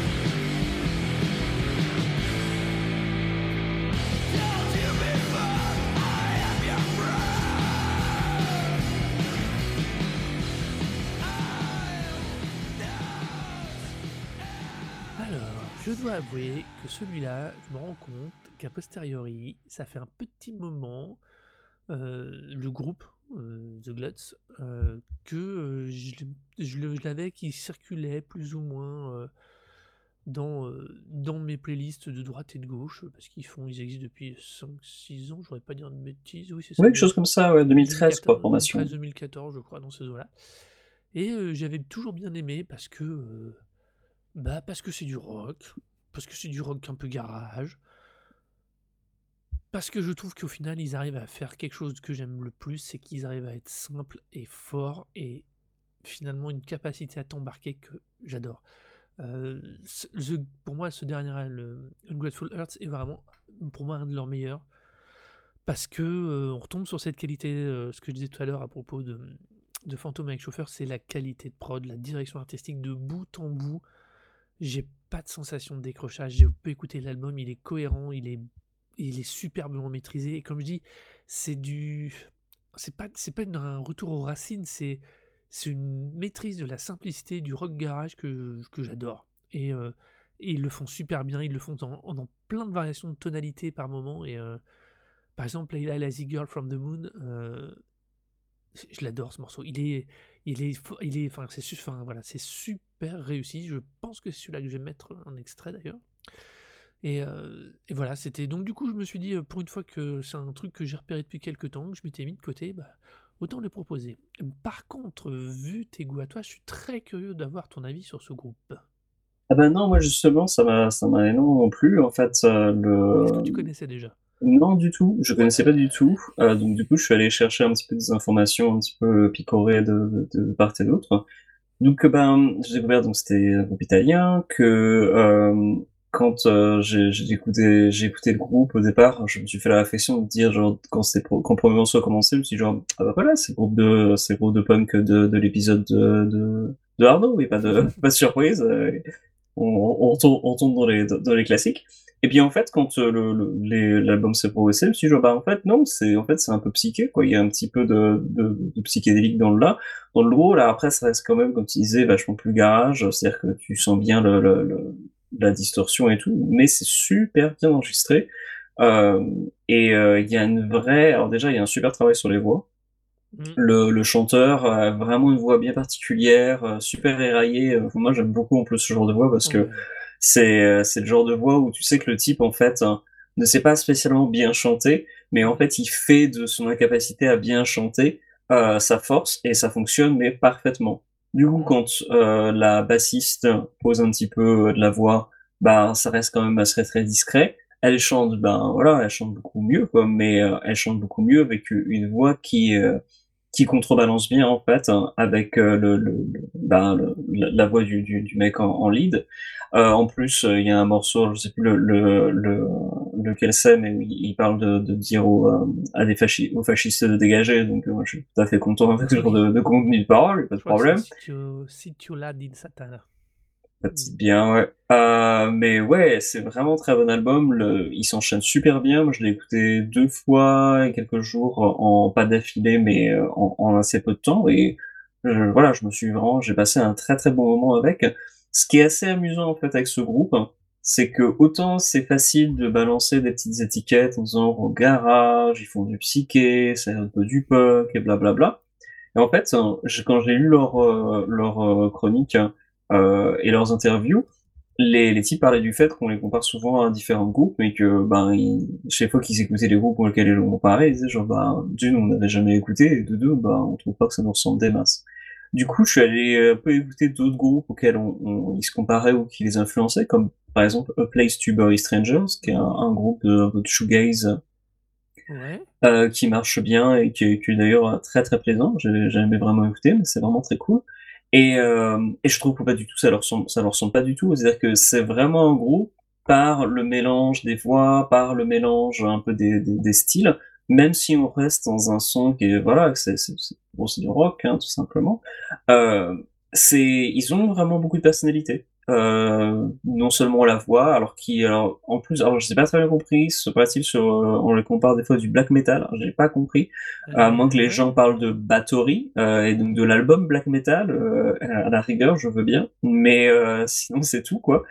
[SPEAKER 4] Told you before
[SPEAKER 1] dois avouer que celui-là, je me rends compte qu'a posteriori, ça fait un petit moment, heu, le groupe, heu, The Gluts, heu, que, heu, je l je le je l'avais qui circulait plus ou moins, heu, dans, heu, dans mes playlists de droite et de gauche, parce qu'ils font ils existent depuis cinq six ans, je voudrais pas dire de bêtises, oui c'est
[SPEAKER 2] Ouais,
[SPEAKER 1] ça,
[SPEAKER 2] quelque
[SPEAKER 1] deux
[SPEAKER 2] chose comme ça, ouais, deux mille treize pour
[SPEAKER 1] deux mille quatorze
[SPEAKER 2] information.
[SPEAKER 1] deux mille quatorze je crois dans ces eaux-là et heu, j'avais toujours bien aimé parce que, heu, bah, parce que c'est du rock, parce que c'est du rock un peu garage parce que je trouve qu'au final, ils arrivent à faire quelque chose que j'aime le plus, c'est qu'ils arrivent à être simples et forts et finalement une capacité à t'embarquer que j'adore. Heu, ce The pour moi, ce dernier al le Ungrateful Hearts est vraiment, pour moi, un de leurs meilleurs parce que, heu, on retombe sur cette qualité, heu, ce que je disais tout à l'heure à propos de, mmh, de Fantôme avec chauffeur, c'est la qualité de prod, la direction artistique de bout en bout. J'ai pas de sensation de décrochage, j'ai pu écouter l'album, il est cohérent, il est il est superbement maîtrisé et comme je dis, c'est du c'est pas c'est pas une un retour aux racines, c'est c'est une maîtrise de la simplicité du rock garage que que j'adore et heu et ils le font super bien, ils le font dans dans plein de variations de tonalités par moment et heu, par exemple, Layla Lazy Girl from the Moon, heu, j je l'adore ce morceau. Il est il est f il est enfin, c'est su enfin, voilà, c'est super réussi. Je pense que c'est celui-là que je vais mettre en extrait d'ailleurs et heu et voilà, c'était donc du coup, je me suis dit, heu, pour une fois que c'est un truc que j'ai repéré depuis quelque temps, que je m'étais mis de côté, bah, autant le proposer. Par contre, vu tes goûts à toi, je suis très curieux d'avoir ton avis sur ce groupe.
[SPEAKER 2] Ah bah, non, moi justement, ça m'a ça m'a énormément plu en fait, heu,
[SPEAKER 1] Est-ce que
[SPEAKER 2] le
[SPEAKER 1] tu connaissais déjà?
[SPEAKER 2] non du tout, je
[SPEAKER 1] Ouais!
[SPEAKER 2] connaissais pas du tout, heu, donc du coup, je suis allé chercher un petit peu des informations un petit peu picorées de de part et d'autre. Donc, heu, ben, j'ai découvert donc c'était un groupe italien que, hem, quand, heu, j'ai j'ai écouté j'ai écouté le groupe au départ, je me suis fait la réflexion de dire genre quand c'est quand le premier morceau a commencé, je me suis dit genre: «Ah bah, voilà, c'est le groupe de c'est le groupe de punk de de l'épisode de de de Arnaud, oui, pas de pas de surprise, heu, on on retombe on tombe dans les dans les classiques» et puis en fait, quand, heu, le le les l'album s'est progressé, je me suis dit genre: «Bah, en fait, non, c'est en fait, c'est un peu psyché, quoi». Il y a un petit peu de de de psychédélique dans le là dans le gros, là, après, ça reste quand même, comme tu disais, vachement plus garage, c'est-à-dire que tu sens bien le le le la distorsion et tout, mais c'est super bien enregistré, hem et heu, il y a une vraie alors déjà, il y a un super travail sur les voix.
[SPEAKER 1] Mmh.
[SPEAKER 2] Le le chanteur a vraiment une voix bien particulière, heu, super éraillée, heu, moi, j'aime beaucoup en plus ce genre de voix parce que
[SPEAKER 1] Ouais.
[SPEAKER 2] c'est, heu, c'est le genre de voix où tu sais que le type, en fait, ne sait pas spécialement bien chanter, mais en
[SPEAKER 1] Mmh.
[SPEAKER 2] fait, il fait de son incapacité à bien chanter, heu, sa force et ça fonctionne, mais parfaitement. Du coup,
[SPEAKER 1] Mmh.
[SPEAKER 2] quand, heu, la bassiste pose un petit peu, heu, de la voix, ben, ça reste quand même assez très discret. Elle chante, ben, voilà, elle chante beaucoup mieux, quoi, mais heu, elle chante beaucoup mieux avec u une voix qui, heu, qui contrebalance bien, en fait, avec, heu, le le le ben, le la la voix du du du mec en en lead. Heu, en plus, heu, il y a un morceau, je sais plus le le le lequel c'est, mais il il parle de de dire aux, hem, à des faschis aux fascistes de dégager, donc heu, moi, je suis tout à fait content avec ce genre
[SPEAKER 1] Oui.
[SPEAKER 2] de de contenu de paroles, pas de
[SPEAKER 1] Je crois que c'est
[SPEAKER 2] problème.
[SPEAKER 1] Sitio Sitioladi in Satana.
[SPEAKER 2] Ça
[SPEAKER 1] Mmh.
[SPEAKER 2] titre bien, ouais. Heu, mais ouais, c'est vraiment un très bon album, le il s'enchaîne super bien. Moi, je l'ai écouté deux fois et quelques jours en pas d'affilée, mais heu, en en assez peu de temps et heu, voilà, je me suis vraiment j'ai passé un très, très bon moment avec. Ce qui est assez amusant, en fait, avec ce groupe, c'est qu'autant c'est facile de balancer des petites étiquettes en disant: «Rock garage, ils font du psyché, c'est un peu du punk et blablabla» et en fait, j quand j'ai lu leurs, heu, leurs, heu, chroniques, heu et leurs interviews, les les types parlaient du fait qu'on les compare souvent à différents groupes mais que, ben, ils chaque fois qu'ils écoutaient les groupes pour lesquels ils les comparaient, ils disaient genre: «Ben, d'une, on n'avait jamais écouté et de deux, ben, on trouve pas que ça nous ressemble des masses». Du coup, je suis allé un peu écouter d'autres groupes auxquels on on ils se comparaient ou qui les influençaient, comme par exemple A Place to Bury Strangers, qui est un
[SPEAKER 1] Mmh.
[SPEAKER 2] un groupe de un peu de shoegaze
[SPEAKER 1] Ouais.
[SPEAKER 2] heu, qui marche bien et qui est qui est d'ailleurs très, très plaisant. J'ai jamais vraiment écouté, mais c'est vraiment très cool et hem et je trouve que pas du tout, ça leur ressemble ça leur ressemble pas du tout. C'est-à-dire que c'est vraiment un groupe par le mélange des voix, par le mélange un peu des des des styles, même si on reste dans un son qui est voilà, c'est c'est c'est bon, c'est du rock, hein, tout simplement. Heu, c'est ils ont vraiment beaucoup de personnalité. Heu, non seulement la voix, alors qui alors en plus alors j'ai pas très bien compris, se passe-t-il sur, heu, on les compare des fois du black metal, j'ai pas compris, à moins que
[SPEAKER 1] Heu,
[SPEAKER 2] les
[SPEAKER 1] ouais.
[SPEAKER 2] gens parlent de Bathory, heu et donc de l'album black metal, heu, à la rigueur, je veux bien, mais heu, sinon c'est tout, quoi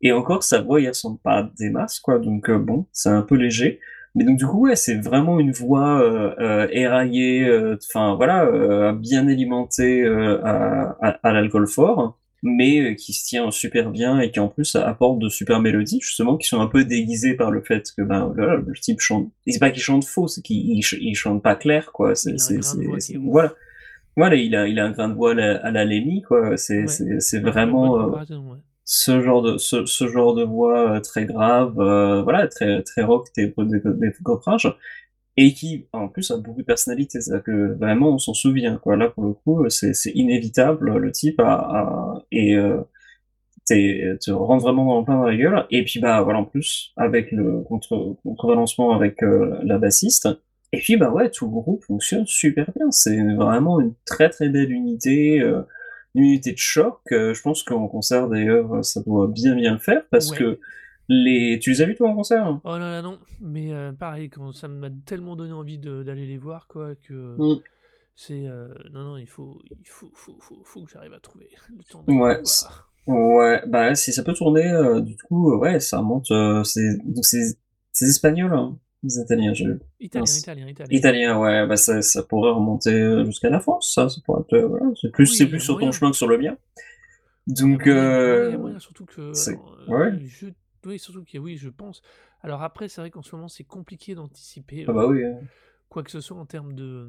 [SPEAKER 2] Et encore, sa voix, il ressemble pas à des masses, quoi. Donc euh, bon, c'est un peu léger. Mais donc du coup, ouais, c'est vraiment une voix euh, euh, éraillée, euh, enfin voilà, euh, bien alimentée euh, à, à, à l'alcool fort, mais euh, qui se tient super bien et qui en plus apporte de super mélodies, justement, qui sont un peu déguisées par le fait que ben voilà, le type chante. Et c'est pas qu'il chante faux, c'est qu'il il, ch- il chante pas clair, quoi. C'est,
[SPEAKER 1] Il a un
[SPEAKER 2] c'est,
[SPEAKER 1] grain de
[SPEAKER 2] c'est,
[SPEAKER 1] voix qui
[SPEAKER 2] c'est-
[SPEAKER 1] est
[SPEAKER 2] voilà.
[SPEAKER 1] ouf.
[SPEAKER 2] Voilà, il a, il a un grain de voix à la, à la Lemmy, quoi. C'est,
[SPEAKER 1] Ouais,
[SPEAKER 2] c'est, c'est
[SPEAKER 1] ouais, ouais, bonne
[SPEAKER 2] vraiment euh,
[SPEAKER 1] comparaison, ouais.
[SPEAKER 2] ce genre de, ce, ce genre de voix euh, très grave, euh, voilà, très, très rock, des, des, des coffrages, et qui, en plus, a beaucoup de personnalité. C'est-à-dire que vraiment, on s'en souvient, quoi. Là, pour le coup, c'est, c'est inévitable. Le type a, a et euh, t'es- te rentre vraiment dans le plein dans la gueule. Et puis, bah, voilà, en plus, avec le contre, contrebalancement avec euh, la bassiste. Et puis, bah ouais, tout le groupe fonctionne super bien. C'est vraiment une très très belle unité, euh, une unité de choc. Euh, je pense qu'en concert, d'ailleurs, ça doit bien bien le faire parce
[SPEAKER 1] Ouais.
[SPEAKER 2] que les, tu les as vus toi en concert?
[SPEAKER 1] Oh là là, non. Mais euh, pareil, quand ça m'a tellement donné envie de- d'aller les voir, quoi, que
[SPEAKER 2] Mm.
[SPEAKER 1] c'est. euh, Non, non, il faut, il faut, faut, faut, faut que j'arrive à trouver le temps d'aller les
[SPEAKER 2] Ouais, c-
[SPEAKER 1] voir.
[SPEAKER 2] ouais, bah si ça peut tourner, euh, du coup, euh, ouais, ça remonte. Euh, c'est donc c'est c'est espagnol, hein, les Italiens. Je...
[SPEAKER 1] Italien,
[SPEAKER 2] mince.
[SPEAKER 1] italien, italien.
[SPEAKER 2] Italien, ouais, bah ça, ça pourrait remonter euh, jusqu'à la France, ça, ça pourrait être, euh, voilà, c'est plus,
[SPEAKER 1] Oui,
[SPEAKER 2] c'est
[SPEAKER 1] il y
[SPEAKER 2] plus
[SPEAKER 1] a
[SPEAKER 2] sur ton
[SPEAKER 1] moyen.
[SPEAKER 2] chemin que sur le mien.
[SPEAKER 1] Il y a
[SPEAKER 2] Donc,
[SPEAKER 1] moyen, il y a moyen, il y a
[SPEAKER 2] euh,
[SPEAKER 1] moyen, surtout que.
[SPEAKER 2] c'est,
[SPEAKER 1] Alors,
[SPEAKER 2] ouais,
[SPEAKER 1] euh, je... Oui, surtout que, oui, je pense. Alors après, c'est vrai qu'en ce moment, c'est compliqué d'anticiper
[SPEAKER 2] ah bah
[SPEAKER 1] euh,
[SPEAKER 2] oui, hein.
[SPEAKER 1] quoi que ce soit en termes de,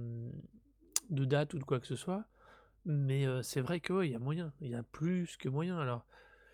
[SPEAKER 1] de date ou de quoi que ce soit. Mais euh, c'est vrai que, ouais, il y a moyen. Il y a plus que moyen. Alors,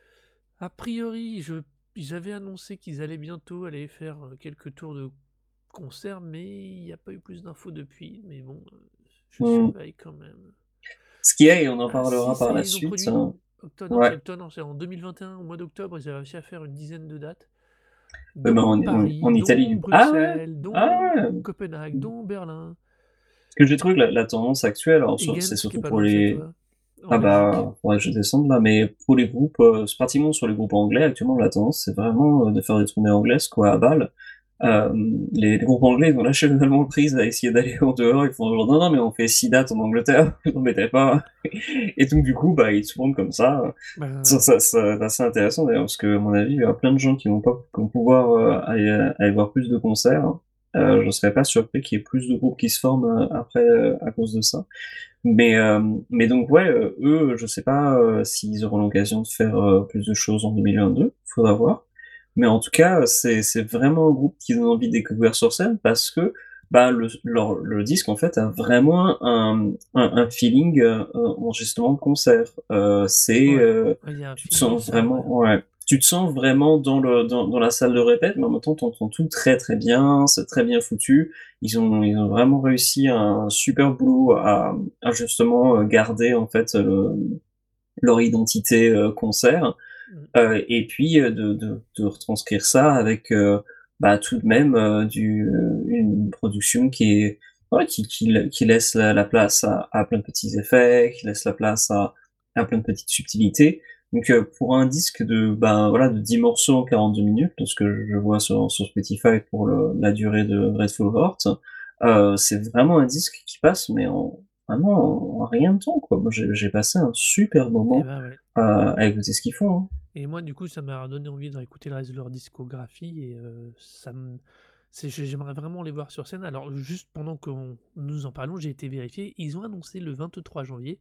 [SPEAKER 1] a priori, je... ils avaient annoncé qu'ils allaient bientôt aller faire euh, quelques tours de concert, mais il n'y a pas eu plus d'infos depuis. Mais bon, euh, je
[SPEAKER 2] Hmm.
[SPEAKER 1] surveille quand même.
[SPEAKER 2] Ce qu'il y a, et on en
[SPEAKER 1] Ah si,
[SPEAKER 2] parlera
[SPEAKER 1] ça
[SPEAKER 2] par
[SPEAKER 1] y est,
[SPEAKER 2] la
[SPEAKER 1] ils ont
[SPEAKER 2] suite,
[SPEAKER 1] produit.
[SPEAKER 2] hein.
[SPEAKER 1] Octobre, non, c'est
[SPEAKER 2] Ouais,
[SPEAKER 1] octobre, non, c'est en deux mille vingt et un, au mois d'octobre, ils avaient réussi à faire une dizaine de dates,
[SPEAKER 2] ouais, bah,
[SPEAKER 1] dont
[SPEAKER 2] en, en,
[SPEAKER 1] Paris,
[SPEAKER 2] en Italie,
[SPEAKER 1] dont
[SPEAKER 2] du coup. Ah ouais,
[SPEAKER 1] Bruxelles,
[SPEAKER 2] ah
[SPEAKER 1] dont
[SPEAKER 2] ouais.
[SPEAKER 1] Copenhague, dont Berlin,
[SPEAKER 2] Parce que j'ai trouvé que la, la tendance actuelle, alors,
[SPEAKER 1] et
[SPEAKER 2] sur- c'est
[SPEAKER 1] Ghent, qui est
[SPEAKER 2] surtout
[SPEAKER 1] pas
[SPEAKER 2] pour
[SPEAKER 1] loin de chez
[SPEAKER 2] les,
[SPEAKER 1] toi, en
[SPEAKER 2] ah
[SPEAKER 1] Belgique.
[SPEAKER 2] bah, faudrait que je descende là, mais pour les groupes, euh, c'est pratiquement sur les groupes anglais, actuellement, la tendance, c'est vraiment euh, de faire des tournées anglaises, quoi, à Bâle. Euh, les, les groupes anglais, ils ont lâché totalement prise à essayer d'aller en dehors, ils font genre, non, non, mais on fait six dates en Angleterre, vous embêtez pas. Et donc, du coup, bah, ils se font comme ça. Ça,
[SPEAKER 1] Ben,
[SPEAKER 2] ça, ça- c'est assez intéressant d'ailleurs, parce que, à mon avis, il y a plein de gens qui vont pas, qui vont pouvoir euh, aller, aller voir plus de concerts. Euh, je serais pas surpris qu'il y ait plus de groupes qui se forment euh, après, euh, à cause de ça. Mais, euh, mais donc, ouais, euh, eux, je sais pas euh, s'ils auront l'occasion de faire euh, plus de choses en deux mille vingt-deux, faudra voir. Mais en tout cas, c'est, c'est vraiment un groupe qui donne envie de découvrir sur scène parce que bah, le, leur- le disque, en fait, a vraiment un, un, un feeling euh, enregistrement de concert. Euh, c'est,
[SPEAKER 1] ouais,
[SPEAKER 2] euh,
[SPEAKER 1] ouais, il y a un
[SPEAKER 2] tu te
[SPEAKER 1] feeling de
[SPEAKER 2] sens
[SPEAKER 1] salle, ouais.
[SPEAKER 2] vraiment, ouais, tu te sens vraiment dans le, dans, dans la salle de répète, mais en même temps, t'entends tout très très bien, c'est très bien foutu. Ils ont, ils ont vraiment réussi un super boulot à, à justement euh, garder en fait le- leur identité euh, concert,
[SPEAKER 1] Mm.
[SPEAKER 2] euh, et puis euh, de, de, de retranscrire ça avec euh, bah, tout de même euh, du, euh, une production qui est ouais, qui, qui, qui laisse la, la place à, à plein de petits effets, qui laisse la place à, à plein de petites subtilités. Donc euh, pour un disque de bah voilà de dix morceaux en quarante-deux minutes, parce que je vois sur, sur Spotify pour le, la durée de Red Full Heart, euh, c'est vraiment un disque qui passe mais en vraiment en rien de temps quoi. Moi j'ai j'ai passé un super
[SPEAKER 1] Et
[SPEAKER 2] moment
[SPEAKER 1] bah ouais.
[SPEAKER 2] à, à écouter ce qu'ils font, hein.
[SPEAKER 1] Et moi, du coup, ça m'a donné envie de réécouter le reste de leur discographie, et euh, ça me... c'est- J'aimerais vraiment les voir sur scène. Alors, juste pendant que nous en parlons, j'ai été vérifié. Ils ont annoncé le vingt-trois janvier.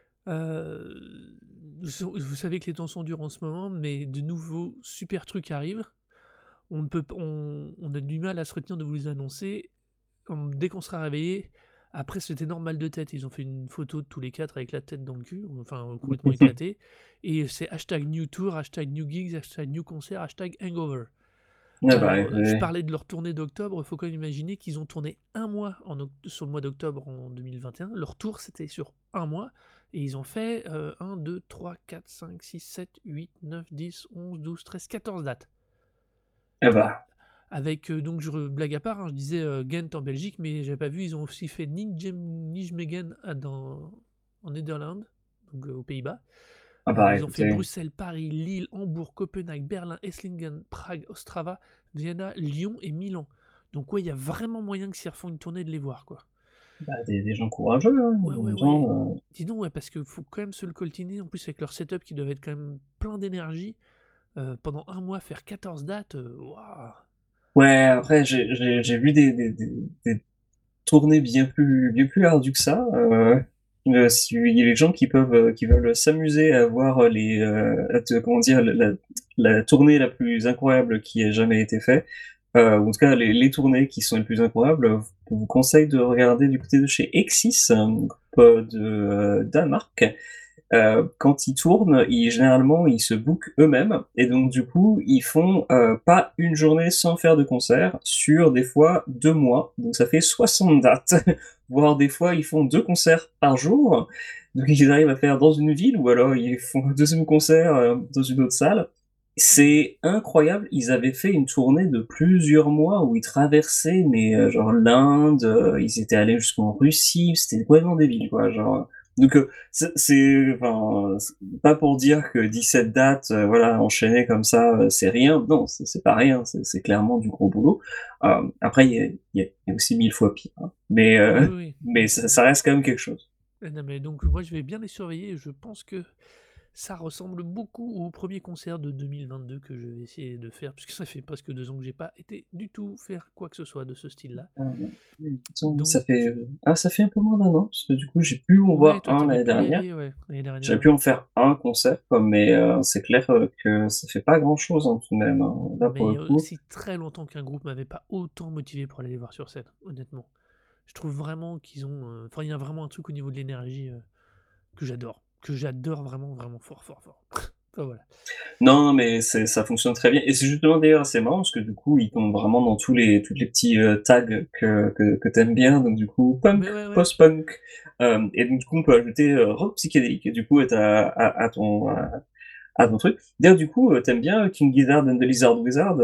[SPEAKER 1] Euh, vous vous savez que les temps sont durs en ce moment, mais de nouveaux super trucs arrivent. On, ne peut, p- on, on a du mal à se retenir de vous les annoncer. Hum, Dès qu'on sera réveillé, après c'était normal de tête. Ils ont fait une photo de tous les quatre avec la tête dans le cul, enfin complètement éclaté. Et c'est hashtag new tour, hashtag new gigs, hashtag new concert, hashtag hangover.
[SPEAKER 2] Ah bah,
[SPEAKER 1] Alors, euh, je
[SPEAKER 2] ouais.
[SPEAKER 1] parlais de leur tournée d'octobre. Il faut quand même imaginer qu'ils ont tourné un mois en oct- sur le mois d'octobre en deux mille vingt et un. Leur tour, c'était sur un mois. Et ils ont fait euh, un, deux, trois, quatre, cinq, six, sept, huit, neuf, dix, onze, douze, treize, quatorze dates.
[SPEAKER 2] Ah
[SPEAKER 1] Euh,
[SPEAKER 2] bah,
[SPEAKER 1] avec, euh, donc, je blague à part, hein, je disais euh, Ghent en Belgique, mais j'avais pas vu, ils ont aussi fait Nijm- Nijmegen à- dans, en Néderlande, donc euh, aux Pays-Bas.
[SPEAKER 2] ah
[SPEAKER 1] Euh,
[SPEAKER 2] bah,
[SPEAKER 1] ils ont fait
[SPEAKER 2] écoutez,
[SPEAKER 1] Bruxelles, Paris, Lille, Hambourg, Copenhague, Berlin, Esslingen, Prague, Ostrava, Vienna, Lyon et Milan. Donc ouais, il y a vraiment moyen que s'ils refont une tournée de les voir, quoi.
[SPEAKER 2] bah, des, des gens courageux, hein,
[SPEAKER 1] Ouais,
[SPEAKER 2] en
[SPEAKER 1] ouais,
[SPEAKER 2] même
[SPEAKER 1] ouais.
[SPEAKER 2] temps, euh,
[SPEAKER 1] Dis donc, ouais, parce qu'il faut quand même se le coltiner, en plus avec leur setup qui doivent être quand même plein d'énergie. euh, pendant un mois faire quatorze dates, euh, waouh.
[SPEAKER 2] Ouais, après, j'ai, j'ai, j'ai vu des, des, des, des tournées bien plus, bien plus ardues que ça. Euh, euh, si- il y a des gens qui peuvent, euh, qui veulent s'amuser à voir les, euh, à te- comment dire, la, la, la tournée la plus incroyable qui ait jamais été faite. Euh, ou en tout cas, les, les tournées qui sont les plus incroyables, je vous conseille de regarder du côté de chez Exis, un groupe de euh, Danemark. Euh, quand ils tournent, ils, généralement, ils se bookent eux-mêmes, et donc du coup, ils font euh, pas une journée sans faire de concert, sur des fois deux mois, donc ça fait soixante dates, voire des fois, ils font deux concerts par jour, donc ils arrivent à faire dans une ville, ou alors ils font un deuxième concert euh, dans une autre salle. C'est incroyable, ils avaient fait une tournée de plusieurs mois où ils traversaient, mais euh, genre l'Inde, euh, ils étaient allés jusqu'en Russie, c'était complètement débile, quoi, genre... Donc euh, c'est, c'est- enfin, c'est pas pour dire que dix-sept dates, euh, voilà, enchaînées comme ça, euh, c'est rien. Non, c'est c'est pas rien. C'est c'est clairement du gros boulot. Euh, après, il y a, il y a- il y a aussi mille fois pire. Hein. Mais
[SPEAKER 1] Oui,
[SPEAKER 2] euh,
[SPEAKER 1] oui, oui.
[SPEAKER 2] mais ça, ça reste quand même quelque chose.
[SPEAKER 1] Euh, Non, mais donc moi je vais bien les surveiller et je pense que ça ressemble beaucoup au premier concert de deux mille vingt-deux que je vais essayer de faire, puisque ça fait presque deux ans que j'ai pas été du tout faire quoi que ce soit de ce style-là.
[SPEAKER 2] Euh, Ça
[SPEAKER 1] Donc,
[SPEAKER 2] fait euh, ah ça fait un peu moins d'un an parce que du coup j'ai pu en
[SPEAKER 1] ouais,
[SPEAKER 2] voir
[SPEAKER 1] toi
[SPEAKER 2] un
[SPEAKER 1] t'avais
[SPEAKER 2] l'année
[SPEAKER 1] pu y
[SPEAKER 2] dernière.
[SPEAKER 1] aller, ouais, l'année
[SPEAKER 2] J'avais
[SPEAKER 1] dernière.
[SPEAKER 2] pu en faire un concert, quoi, mais euh, c'est clair euh, que ça fait pas grand-chose hein, tout de même. Hein. Là
[SPEAKER 1] Mais
[SPEAKER 2] pour
[SPEAKER 1] il
[SPEAKER 2] le
[SPEAKER 1] y a
[SPEAKER 2] coup.
[SPEAKER 1] aussi très longtemps qu'un groupe m'avait pas autant motivé pour aller les voir sur scène, honnêtement. Je trouve vraiment qu'ils ont. euh, Enfin, il y a vraiment un truc au niveau de l'énergie euh, que j'adore. Que j'adore vraiment, vraiment fort, fort, fort. Enfin, voilà.
[SPEAKER 2] Non, mais c'est, ça fonctionne très bien. Et c'est justement d'ailleurs assez marrant parce que du coup, ils tombent vraiment dans tous les, tous les petits euh, tags que, que, que t'aimes bien. Donc du coup, punk,
[SPEAKER 1] Mais ouais, ouais.
[SPEAKER 2] post-punk. Euh, et donc du coup, on peut ajouter euh, rock psychédélique du coup à, ta, à, à ton, à, à ton truc. D'ailleurs, du coup, euh, t'aimes bien King Gizzard and the Lizard Wizard?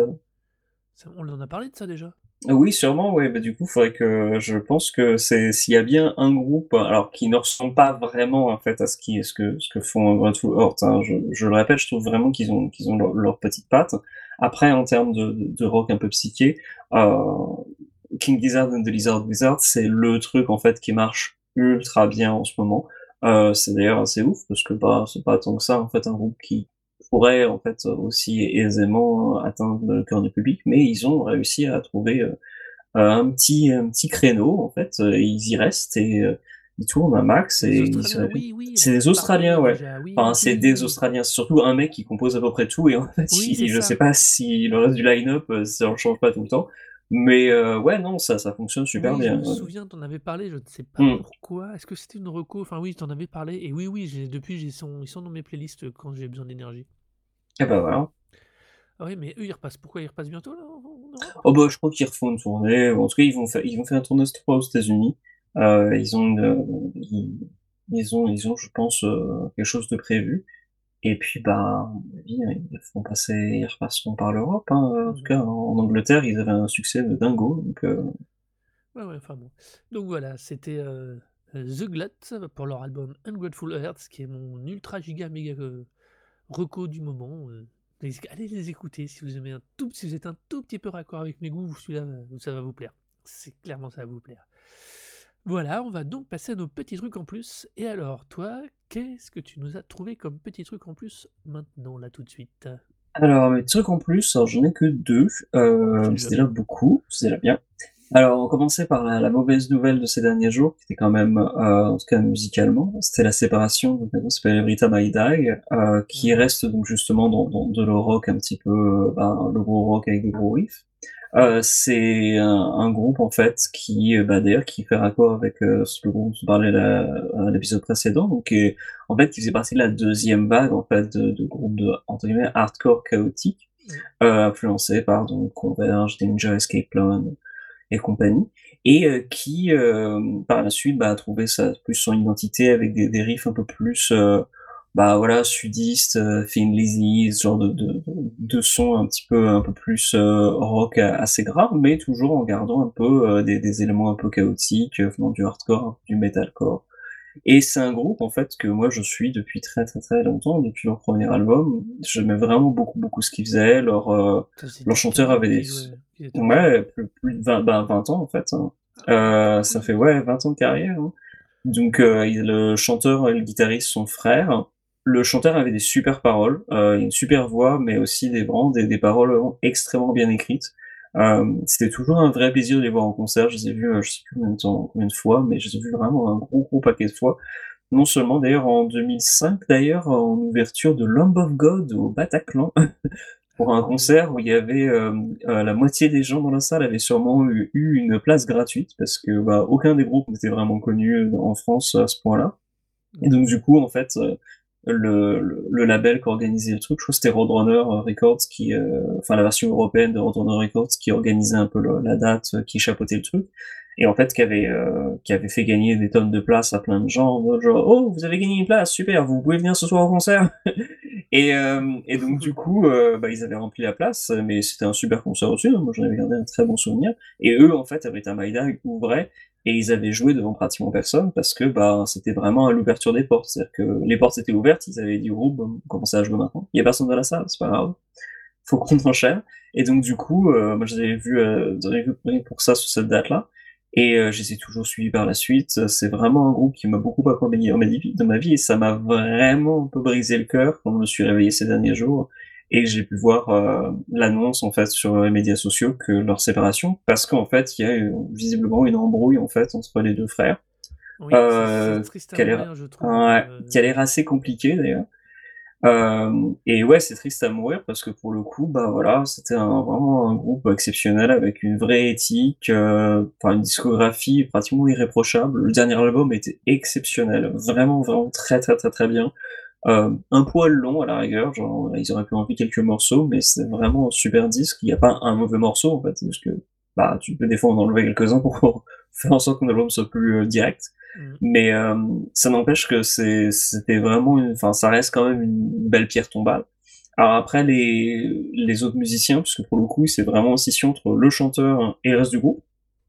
[SPEAKER 1] Ça- on en a parlé de ça déjà.
[SPEAKER 2] Ah oui, sûrement, ouais. Bah, du coup, faudrait que je pense que c'est s'il y a bien un groupe, alors qui ne ressemble pas vraiment en fait à ce qui, ce que, ce que font Grateful Heart. Hein. Je, je le répète, je trouve vraiment qu'ils ont, qu'ils ont leur, leur petite patte. Après, en termes de, de, de rock un peu psyché, euh, King Gizzard and the Lizard Wizard, c'est le truc en fait qui marche ultra bien en ce moment. Euh, c'est d'ailleurs assez ouf parce que bah c'est pas tant que ça en fait un groupe qui pourrait en fait aussi aisément atteindre le cœur du public, mais ils ont réussi à trouver euh, un petit un petit créneau en fait, euh, ils y restent et euh, ils tournent un max
[SPEAKER 1] C'est
[SPEAKER 2] et
[SPEAKER 1] des
[SPEAKER 2] ils se
[SPEAKER 1] Australiens,
[SPEAKER 2] répètent.
[SPEAKER 1] oui, oui, on
[SPEAKER 2] C'est
[SPEAKER 1] en
[SPEAKER 2] des
[SPEAKER 1] a
[SPEAKER 2] Australiens,
[SPEAKER 1] parlé
[SPEAKER 2] ouais.
[SPEAKER 1] déjà. Oui,
[SPEAKER 2] Enfin,
[SPEAKER 1] oui,
[SPEAKER 2] c'est
[SPEAKER 1] oui, oui,
[SPEAKER 2] des
[SPEAKER 1] oui.
[SPEAKER 2] Australiens. C'est surtout un mec qui compose à peu près tout et en fait,
[SPEAKER 1] Oui, c'est
[SPEAKER 2] il- je sais
[SPEAKER 1] ça.
[SPEAKER 2] pas si le reste du line-up euh, ça en change pas tout le temps, mais euh, ouais non ça ça fonctionne super
[SPEAKER 1] Oui, je
[SPEAKER 2] bien.
[SPEAKER 1] me souviens, t'en avais parlé, je ne sais pas
[SPEAKER 2] Hmm.
[SPEAKER 1] pourquoi. Est-ce que c'était une reco? Enfin oui, t'en avais parlé. Et oui, oui, j'ai, depuis, j'ai son, ils sont dans mes playlists quand j'ai besoin d'énergie.
[SPEAKER 2] Et bah voilà.
[SPEAKER 1] Ah oui, mais eux, ils repassent. Pourquoi ils repassent bientôt, là, en en Europe?
[SPEAKER 2] Oh bah je crois qu'ils refont une tournée. En tout cas ils vont faire ils vont faire une tournée cette fois aux États-Unis. Euh, ils ont une, euh, ils, ils ont ils ont je pense euh, quelque chose de prévu. Et puis, bah, à mon avis, ils font passer, ils repasseront par l'Europe, hein. En tout
[SPEAKER 1] Mhm.
[SPEAKER 2] cas, en Angleterre, ils avaient un succès de dingo, donc, euh,
[SPEAKER 1] Ouais, ouais, enfin bon. Donc voilà, c'était euh, The Glut pour leur album Ungrateful Hearts, qui est mon ultra giga méga euh, reco du moment. euh. Les- Allez les écouter si vous aimez un tout, si vous êtes un tout petit peu raccord avec mes goûts, celui-là, euh, ça va vous plaire. C'est clairement ça va vous plaire. Voilà, on va donc passer à nos petits trucs en plus. Et alors, toi, qu'est-ce que tu nous as trouvé comme petit truc en plus maintenant, là, tout de suite?
[SPEAKER 2] alors, mes trucs en plus, alors j'en ai que deux, euh,
[SPEAKER 1] C'est déjà
[SPEAKER 2] c'est déjà
[SPEAKER 1] bien.
[SPEAKER 2] beaucoup, c'est déjà bien. Alors, on commençait par la, la mauvaise nouvelle de ces derniers jours, qui était quand même, euh, en tout cas musicalement, c'était la séparation, donc maintenant ça s'appelle Every Time I Die, euh, qui
[SPEAKER 1] Mhm.
[SPEAKER 2] reste donc justement dans, dans de le rock un petit peu, euh, ben, le gros rock avec des gros riffs. Euh, c'est un, un groupe en fait qui, euh, bah, d'ailleurs, qui fait raccord avec euh, ce- le groupe dont on parlait la- à l'épisode précédent, donc et, en fait qui faisait partie de la deuxième vague en fait de, de groupes de entre guillemets hardcore chaotique,
[SPEAKER 1] Mhm.
[SPEAKER 2] euh, influencés par donc Converge, Danger, Escape Plan et compagnie, et euh, qui euh, par la suite bah, a trouvé sa, plus son identité avec des, des riffs un peu plus euh, bah voilà sudistes, euh, Thin Lizzy, ce genre de, de, de sons un petit peu un peu plus euh, rock a- assez grave, mais toujours en gardant un peu euh, des, des éléments un peu chaotiques euh, venant du hardcore, du metalcore. Et c'est un groupe en fait que moi je suis depuis très très très longtemps, depuis leur premier album. J'aimais vraiment beaucoup beaucoup ce qu'ils faisaient. Leur euh,
[SPEAKER 1] Ça faisait
[SPEAKER 2] leur
[SPEAKER 1] depuis
[SPEAKER 2] chanteur
[SPEAKER 1] quelle année
[SPEAKER 2] avait des
[SPEAKER 1] qu'ils jouaient, qu'ils étaient ensemble?
[SPEAKER 2] ouais plus, plus de vingt, bah, vingt ans en fait. Hein.
[SPEAKER 1] Ah ouais, vingt ans,
[SPEAKER 2] Euh, ça
[SPEAKER 1] oui,
[SPEAKER 2] fait
[SPEAKER 1] oui.
[SPEAKER 2] ouais vingt ans de carrière. Hein. Donc euh, il- le chanteur et le guitariste sont frères. Le chanteur avait des super paroles, heu, une super voix, mais aussi des vraiment des des paroles vraiment extrêmement bien écrites. Hem, c'était toujours un vrai plaisir de les voir en concert. Je les ai vus, heu, je sais plus combien de temps combien de fois, mais je les ai vus vraiment un gros, gros paquet de fois. Non seulement d'ailleurs en deux mille cinq d'ailleurs, en ouverture de Lamb of God au Bataclan,
[SPEAKER 1] Ah
[SPEAKER 2] pour un
[SPEAKER 1] oui.
[SPEAKER 2] concert où il y avait, hem, heu, la moitié des gens dans la salle avaient sûrement eu eu une place gratuite parce que, bah, aucun des groupes n'était vraiment connu, heu, en France à ce point-là. Et donc
[SPEAKER 1] D'accord.
[SPEAKER 2] du coup, en fait, heu, le le le label qui organisait le truc, je crois que c'était Roadrunner Records qui, heu, enfin la version européenne de Roadrunner Records qui organisait un peu le la date, heu, qui chapeautait le truc et en fait qui avait, heu, qui avait fait gagner des tonnes de places à plein de gens en mode genre: «Oh, vous avez gagné une place, super, vous pouvez venir ce soir au concert!» et hem et donc du coup, heu, bah, ils avaient rempli la place, mais c'était un super concert aussi, hein. Moi, j'en avais gardé un très bon souvenir et eux, en fait, Avril Lavigne ouvraient et ils avaient joué devant pratiquement personne parce que, bah, c'était vraiment à l'ouverture des portes. C'est-à-dire que les portes étaient ouvertes, ils avaient dit au groupe: «Bon, commencez à jouer maintenant». Il y a personne dans la salle, c'est pas grave, faut prendre cher et donc du coup, heu, moi je les avais vus, heu, rien que rien que pour ça sur cette date-là et heu, je les ai toujours suivis par la suite. C'est vraiment un groupe qui m'a beaucoup accompagné dans ma vie dans ma vie et ça m'a vraiment un peu brisé le cœur quand je me suis réveillé ces derniers jours et que j'ai pu voir, heu, l'annonce en fait sur les médias sociaux que leur séparation parce qu'en fait, il y a eu visiblement une embrouille en fait entre les deux frères,
[SPEAKER 1] Oui, c'est c'est
[SPEAKER 2] heu,
[SPEAKER 1] triste à
[SPEAKER 2] qui a l'air
[SPEAKER 1] mourir, je trouve.
[SPEAKER 2] ouais, qui a
[SPEAKER 1] euh,
[SPEAKER 2] l'air assez compliquée d'ailleurs. Hem et ouais, c'est triste à mourir parce que pour le coup, bah, voilà, c'était un vraiment un groupe exceptionnel avec une vraie éthique, heu, enfin une discographie pratiquement irréprochable. Le dernier album était exceptionnel, vraiment, vraiment très, très, très, très bien. Heu, un poil long à la rigueur, genre ils auraient pu enlever quelques morceaux, mais c'est vraiment un super disque. Il y a pas un mauvais morceau en fait, c'est juste que, bah, tu peux des fois en enlever quelques-uns pour faire en sorte que l'album soit plus, heu, direct.
[SPEAKER 1] mm.
[SPEAKER 2] Mais hem, ça n'empêche que c'est c'était vraiment une enfin, ça reste quand même une belle pierre tombale. Alors après les les autres musiciens, puisque pour le coup, c'est vraiment une scission entre le chanteur et le reste du groupe.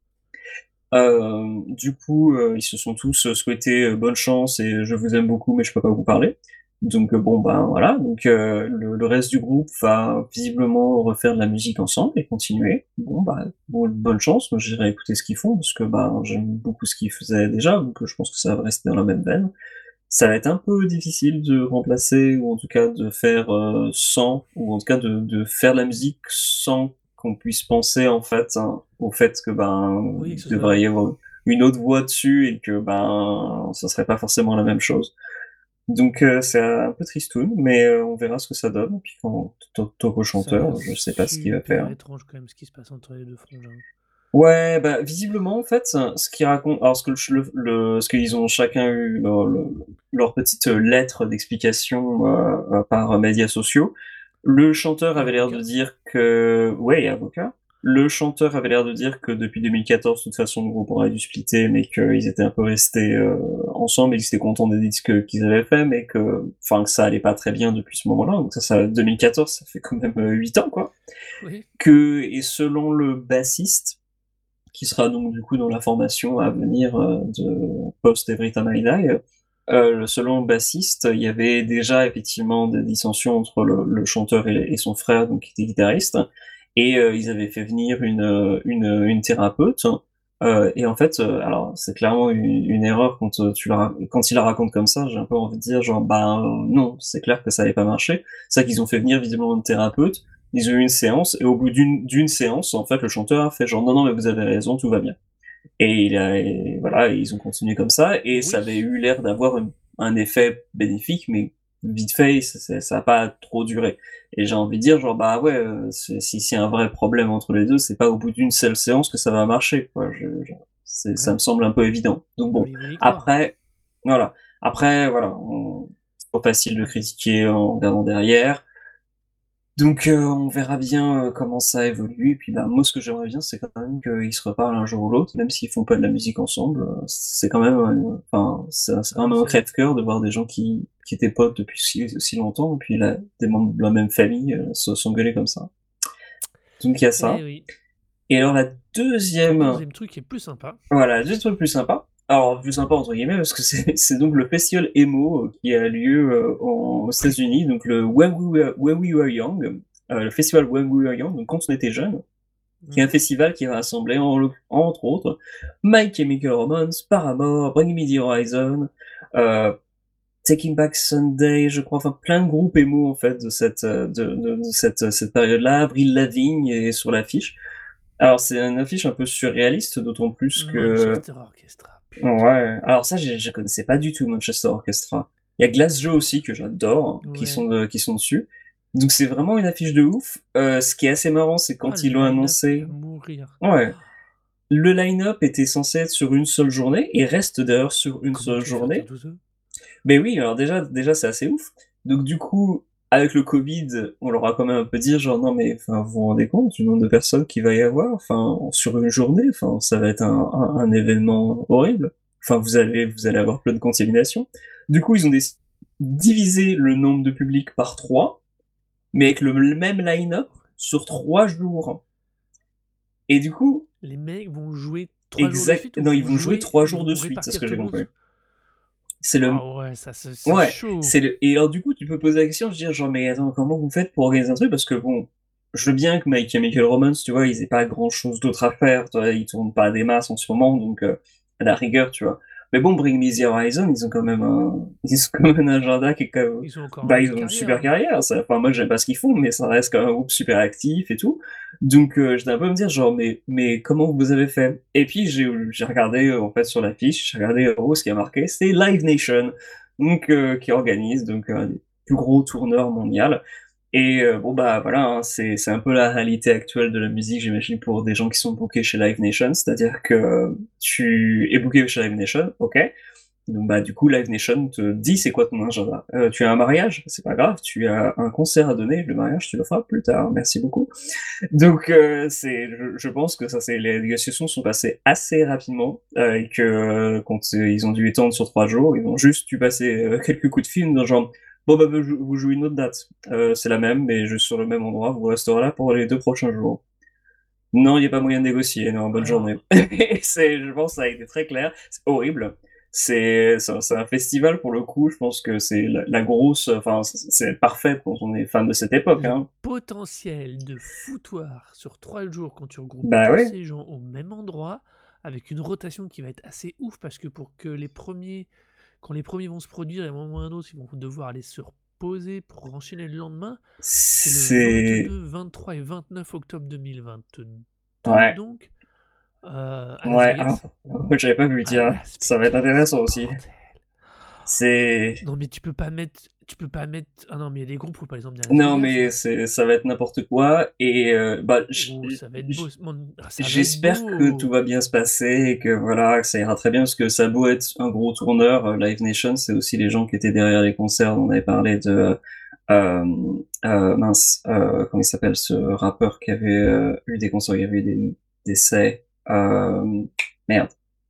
[SPEAKER 2] Hem, du coup, heu, ils se sont tous, heu, souhaités, heu, bonne chance et je vous aime beaucoup, mais je peux pas vous parler. Donc heu, bon, ben, voilà, donc heu, le le reste du groupe va visiblement refaire de la musique ensemble et continuer. Bon, bah, bon bonne chance, moi j'irai écouter ce qu'ils font parce que, ben, j'aime beaucoup ce qu'ils faisaient déjà, donc heu, je pense que ça va rester dans la même veine. Ça va être un peu difficile de remplacer ou en tout cas de faire, heu, sans ou en tout cas de de faire de la musique sans qu'on puisse penser en fait, hein, au fait que, ben,
[SPEAKER 1] Oui,
[SPEAKER 2] il
[SPEAKER 1] que ce
[SPEAKER 2] devrait
[SPEAKER 1] soit.
[SPEAKER 2] y avoir une autre voix dessus et que, ben, ça serait pas forcément la même chose. Donc heu, c'est un peu tristoun, mais heu, on verra ce que ça donne. Puis quand To Toko
[SPEAKER 1] Ça a l'air
[SPEAKER 2] chanteur, je sais pas ce qu'il va
[SPEAKER 1] super
[SPEAKER 2] faire.
[SPEAKER 1] étrange quand même ce qui se passe entre les deux frangins.
[SPEAKER 2] Ouais, bah, visiblement, en fait, ce qu'ils racontent alors ce que le le ce qu'ils ont chacun eu leur le leur petite, lettre d'explication, heu heu, par médias sociaux. Le chanteur
[SPEAKER 1] Et
[SPEAKER 2] avait l'air de
[SPEAKER 1] avocat.
[SPEAKER 2] dire que ouais et avocat. Le chanteur avait l'air de dire que depuis deux mille quatorze, de toute façon, le groupe aurait dû splitter, mais qu'ils étaient un peu restés, heu, ensemble et qu'ils étaient contents des disques qu'ils avaient faits, mais que enfin, que ça allait pas très bien depuis ce moment-là. Donc ça ça deux mille quatorze, ça fait quand même, heu, huit ans, quoi.
[SPEAKER 1] Oui.
[SPEAKER 2] Que et selon le bassiste qui sera donc du coup dans la formation à venir, heu, de post Every Time I Die. Heu, selon le bassiste, il y avait déjà effectivement des dissensions entre le le chanteur et et son frère, donc qui était guitariste et heu, ils avaient fait venir une, heu, une, heu, une thérapeute, heu et en fait, heu, alors c'est clairement une une erreur quand, heu, tu la ra quand il la raconte comme ça, j'ai un peu envie de dire genre: «Ben, non, c'est clair que ça allait pas marcher». C'est vrai qu'ils ont fait venir visiblement une thérapeute, ils ont eu une séance et au bout d'une d'une séance, en fait, le chanteur a fait genre: «Non, non, mais vous avez raison, tout va bien». Et il a et voilà, et ils ont continué comme ça et ça avait
[SPEAKER 1] Oui.
[SPEAKER 2] eu l'air d'avoir un un effet bénéfique, mais vite fait, ça ça ça a pas trop duré. Et j'ai envie de dire genre, bah, ouais, heu, c'est si c'est un vrai problème entre les deux, c'est pas au bout d'une seule séance que ça va marcher, quoi. Je je c'est ça
[SPEAKER 1] Ouais.
[SPEAKER 2] me semble un peu évident. Donc
[SPEAKER 1] Bah,
[SPEAKER 2] bon,
[SPEAKER 1] ils veulent y croire.
[SPEAKER 2] après voilà, après voilà, on c'est trop facile de critiquer en regardant derrière. Donc heu, on verra bien, heu, comment ça évolue et puis, bah, moi, ce que j'aimerais bien, c'est quand même qu'ils se reparlent un jour ou l'autre, même s'ils font pas de la musique ensemble, heu, c'est quand même, heu, enfin, c'est c'est
[SPEAKER 1] Ah
[SPEAKER 2] quand
[SPEAKER 1] oui,
[SPEAKER 2] même un
[SPEAKER 1] c'est.
[SPEAKER 2] crève-cœur de voir des gens qui qui étaient potes depuis si si longtemps et puis là, des membres de la même famille, heu, se s'engueuler comme ça. Donc il y a
[SPEAKER 1] Eh
[SPEAKER 2] ça
[SPEAKER 1] oui.
[SPEAKER 2] et alors la
[SPEAKER 1] Le
[SPEAKER 2] deuxième,
[SPEAKER 1] deuxième truc est plus sympa.
[SPEAKER 2] voilà, juste truc plus sympa. Alors plus sympa entre guillemets parce que c'est c'est donc le festival emo, heu, qui a lieu, heu, en aux États-Unis, donc le When We Were When We Were Young, heu, le festival When We Were Young, donc quand on était jeune. Qui est un
[SPEAKER 1] Mhm.
[SPEAKER 2] festival qui va rassembler en l'oc entre autres My Chemical Romance, Paramore, Bring Me the Horizon, heu, Taking Back Sunday, je crois, enfin plein de groupes émo en fait de cette de, de, de cette cette période-là. Avril Lavigne est sur l'affiche. Alors c'est une affiche un peu surréaliste, d'autant plus que
[SPEAKER 1] Manchester Orchestra. Putain.
[SPEAKER 2] Ouais. Alors ça, je, je connaissais pas du tout Manchester Orchestra. Il y a Glass Joe aussi que j'adore,
[SPEAKER 1] Ouais.
[SPEAKER 2] qui sont de, qui sont dessus. Donc c'est vraiment une affiche de ouf. Euh, ce qui est assez marrant, c'est quand
[SPEAKER 1] Ah,
[SPEAKER 2] ils
[SPEAKER 1] le
[SPEAKER 2] l'ont
[SPEAKER 1] line-up,
[SPEAKER 2] annoncé.
[SPEAKER 1] il va mourir.
[SPEAKER 2] Ouais. Le line-up était censé être sur une seule journée et reste d'ailleurs sur une
[SPEAKER 1] Comment
[SPEAKER 2] seule
[SPEAKER 1] tu veux faire
[SPEAKER 2] journée.
[SPEAKER 1] tout ça?
[SPEAKER 2] Mais oui, alors déjà, déjà c'est assez ouf. Donc du coup, avec le Covid, on leur a quand même un peu dit genre non mais enfin vous vous rendez compte du nombre de personnes qu'il va y avoir, enfin sur une journée, enfin ça va être un, un, un événement horrible. Enfin vous allez vous allez avoir plein de contaminations. Du coup ils ont déc- divisé le nombre de publics par trois, mais avec le même line-up sur trois jours. Et du coup,
[SPEAKER 1] Les mecs vont jouer trois jours de
[SPEAKER 2] exact,
[SPEAKER 1] suite ou
[SPEAKER 2] non ils
[SPEAKER 1] vont
[SPEAKER 2] vont jouer trois
[SPEAKER 1] ils
[SPEAKER 2] jours
[SPEAKER 1] vont
[SPEAKER 2] de suite, c'est ce
[SPEAKER 1] répartir
[SPEAKER 2] que
[SPEAKER 1] tout
[SPEAKER 2] j'ai
[SPEAKER 1] le monde
[SPEAKER 2] compris.
[SPEAKER 1] sur-
[SPEAKER 2] C'est le,
[SPEAKER 1] Ah ouais, ça c'est c'est
[SPEAKER 2] Ouais,
[SPEAKER 1] chaud.
[SPEAKER 2] c'est le... Et alors du coup, tu peux poser la question, je veux dire, genre, mais attends, comment vous faites pour organiser un truc? Parce que bon, je veux bien que My Chemical Romance, tu vois, ils aient pas grand-chose d'autre à faire, tu vois, ils tournent pas à des masses en ce moment, donc euh, à la rigueur, tu vois. Mais bon, Bring Me the Horizon, ils ont quand même un, ils ont quand même un agenda qui est quand même...
[SPEAKER 1] Ils ont encore
[SPEAKER 2] Bah,
[SPEAKER 1] une
[SPEAKER 2] ils ont une
[SPEAKER 1] carrière,
[SPEAKER 2] super
[SPEAKER 1] hein.
[SPEAKER 2] carrière, ça... Enfin, moi, j'aime pas ce qu'ils font, mais ça reste quand même un groupe super actif et tout. Donc, euh, j'étais un peu à me dire, genre, mais, mais comment vous avez fait? Et puis, j'ai j'ai regardé, euh, en fait, sur l'affiche, j'ai regardé, en gros, ce qui a marqué, c'est Live Nation, donc, euh, qui organise, donc, un des plus gros tourneurs mondial. Et euh, bon bah voilà, hein, c'est c'est un peu la réalité actuelle de la musique, j'imagine, pour des gens qui sont bookés chez Live Nation, c'est-à-dire que tu es booké chez Live Nation, ok, donc bah du coup Live Nation te dit c'est quoi ton agenda. Euh, tu as un mariage, c'est pas grave, tu as un concert à donner, le mariage tu le feras plus tard, merci beaucoup. Donc euh, c'est, je, je pense que ça c'est les négociations sont passées assez rapidement euh, et que euh, quand euh, ils ont dû étendre sur trois jours, ils ont juste dû passer euh, quelques coups de film dans le genre bon bah vous, jou- vous jouez une autre date, euh, c'est la même mais juste sur le même endroit, vous resterez là pour les deux prochains jours. Non, il n'y a pas moyen de négocier, non, bonne
[SPEAKER 1] Alors,
[SPEAKER 2] journée. Et c'est, je pense que ça a été très clair, c'est horrible. C'est, c'est un c'est un festival pour le coup, je pense que c'est la, la grosse, enfin c'est c'est parfait quand on est fan de cette époque,
[SPEAKER 1] le
[SPEAKER 2] hein.
[SPEAKER 1] potentiel de foutoir sur trois jours quand tu regroupes
[SPEAKER 2] Bah
[SPEAKER 1] tous
[SPEAKER 2] ouais.
[SPEAKER 1] ces gens au même endroit, avec une rotation qui va être assez ouf, parce que pour que les premiers, quand les premiers vont se produire et à un moment ou à un autre, ils vont devoir aller se reposer pour enchaîner le lendemain, c'est le
[SPEAKER 2] C'est,
[SPEAKER 1] vingt-deux, vingt-trois et vingt-neuf octobre deux mille vingt-deux,
[SPEAKER 2] ouais,
[SPEAKER 1] donc, euh, à Las
[SPEAKER 2] ouais, alors,
[SPEAKER 1] Vegas.
[SPEAKER 2] moi, j'avais pas vu
[SPEAKER 1] À
[SPEAKER 2] dire,
[SPEAKER 1] Las
[SPEAKER 2] ça va être
[SPEAKER 1] Vegas,
[SPEAKER 2] intéressant aussi.
[SPEAKER 1] bordel.
[SPEAKER 2] C'est,
[SPEAKER 1] Non mais tu peux pas mettre, tu peux pas mettre, ah non mais il y a des groupes, faut pas les emmener à Las
[SPEAKER 2] non
[SPEAKER 1] Vegas,
[SPEAKER 2] mais
[SPEAKER 1] hein.
[SPEAKER 2] c'est, ça va être n'importe quoi et euh, bah, j-
[SPEAKER 1] Oh, ça va être beau,
[SPEAKER 2] j-
[SPEAKER 1] mon- ah, ça va être
[SPEAKER 2] j'espère que tout
[SPEAKER 1] beau.
[SPEAKER 2] va bien se passer et que voilà, que ça ira très bien parce que ça a beau être un gros tourneur, euh, Live Nation, c'est aussi les gens qui étaient derrière les concerts. On avait parlé de euh, euh, mince, euh, comment il s'appelle ce rappeur qui avait euh, eu des concerts, il y avait eu des décès. Euh, merde.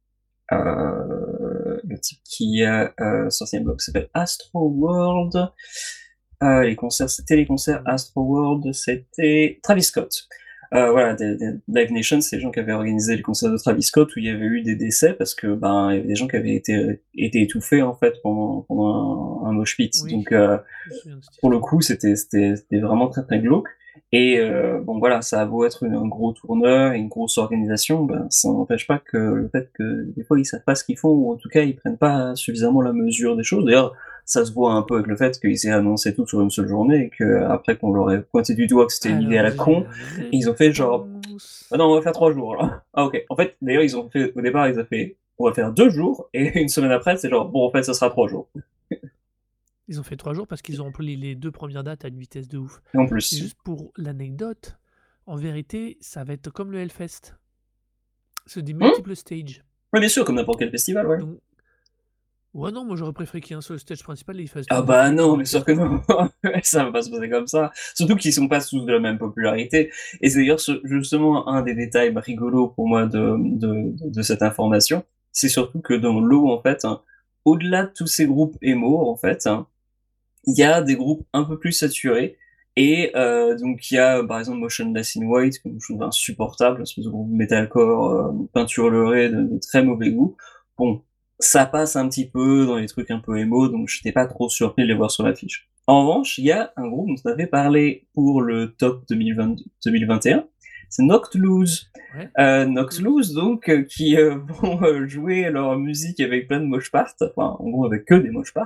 [SPEAKER 2] Euh, le type qui a euh, sorti un blog qui s'appelle Astro World. Euh, les concerts, c'était les concerts Astro World, c'était Travis Scott. Euh, voilà, des, des Live Nation, c'est les gens qui avaient organisé les concerts de Travis Scott où il y avait eu des décès parce que ben il y avait des gens qui avaient été été étouffés en fait pendant pendant un, un mosh pit.
[SPEAKER 1] Oui,
[SPEAKER 2] Donc euh,
[SPEAKER 1] je me souviens de cette
[SPEAKER 2] pour le
[SPEAKER 1] histoire.
[SPEAKER 2] coup, c'était c'était c'était vraiment très très glauque. Et euh, bon voilà, ça a beau être une- un gros tourneur et une grosse organisation, ben ça n'empêche pas que le fait que des fois ils savent pas ce qu'ils font ou en tout cas ils prennent pas suffisamment la mesure des choses. D'ailleurs, ça se voit un peu avec le fait qu'ils aient annoncé tout sur une seule journée et que après qu'on leur ait pointé du doigt que c'était une idée à
[SPEAKER 1] Alors,
[SPEAKER 2] la
[SPEAKER 1] j'ai
[SPEAKER 2] con,
[SPEAKER 1] la
[SPEAKER 2] ils ont fait genre
[SPEAKER 1] réponse.
[SPEAKER 2] ah non on va faire trois jours là. Ah ok. En fait d'ailleurs ils ont fait au départ ils ont fait on va faire deux jours et une semaine après c'est genre bon en fait ça sera trois jours.
[SPEAKER 1] Ils ont fait trois jours parce qu'ils ont rempli les deux premières dates à une vitesse de ouf.
[SPEAKER 2] Et en
[SPEAKER 1] Et
[SPEAKER 2] plus.
[SPEAKER 1] juste pour l'anecdote, en vérité, ça va être comme le Hellfest. C'est des
[SPEAKER 2] Hum
[SPEAKER 1] multiples stages.
[SPEAKER 2] Ouais bien sûr comme n'importe quel festival ouais.
[SPEAKER 1] Donc, ouais, non, moi j'aurais préféré qu'il y ait un seul stage principal et ils fassent
[SPEAKER 2] Ah
[SPEAKER 1] tout
[SPEAKER 2] bah
[SPEAKER 1] d'affilée comme
[SPEAKER 2] non, mais sûr que
[SPEAKER 1] l'orchestre.
[SPEAKER 2] non, ça va pas se passer comme ça. Surtout qu'ils sont pas tous de la même popularité. Et c'est d'ailleurs ce- justement un des détails rigolos pour moi de, de, de cette information, c'est surtout que dans l'eau, en fait, hein, au-delà de tous ces groupes émo, en fait, hein, il y a des groupes un peu plus saturés. Et euh, donc il y a par exemple Motionless in White, que je trouve insupportable, une espèce de groupe metalcore euh, peinturleré de, de très mauvais goût. Bon, ça passe un petit peu dans les trucs un peu émo, donc j'étais pas trop surpris de les voir sur l'affiche. En revanche, il y a un groupe dont on avait parlé pour le top deux mille vingt, deux mille vingt et un, c'est Knocked Loose.
[SPEAKER 1] Ouais.
[SPEAKER 2] Euh, Knocked Loose, donc, euh, qui euh, vont euh, jouer leur musique avec plein de mosh parts, enfin, en gros, avec que des mosh parts.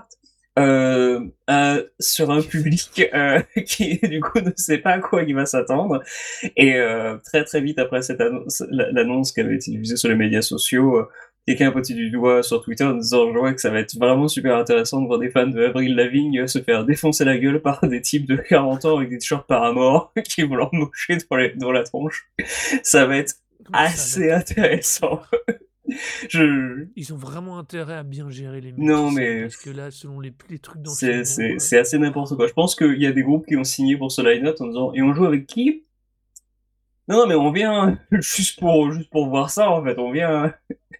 [SPEAKER 2] euh, euh, sur un public euh, qui du coup ne sait pas à quoi il va s'attendre. Et euh, très très vite après cette annonce, l'annonce qui avait été diffusée sur les médias sociaux, euh, quelqu'un a pointé du doigt sur Twitter en disant je vois que ça va être vraiment super intéressant de voir des fans de Avril Lavigne se faire défoncer la gueule par des types de quarante ans avec des t-shirts Paramore qui vont leur moucher dans, les, dans la tronche. Ça va être assez intéressant. Je...
[SPEAKER 1] Ils ont vraiment intérêt à bien gérer les
[SPEAKER 2] non,
[SPEAKER 1] multiscènes,
[SPEAKER 2] mais
[SPEAKER 1] parce que là, selon les, les trucs
[SPEAKER 2] c'est,
[SPEAKER 1] d'enchaînement...
[SPEAKER 2] c'est,
[SPEAKER 1] euh,
[SPEAKER 2] c'est assez n'importe quoi. Je pense qu'il y a des groupes qui ont signé pour ce line-up en disant « Et on joue avec qui ?» Non, mais on vient juste pour, juste pour voir ça, en fait. On vient...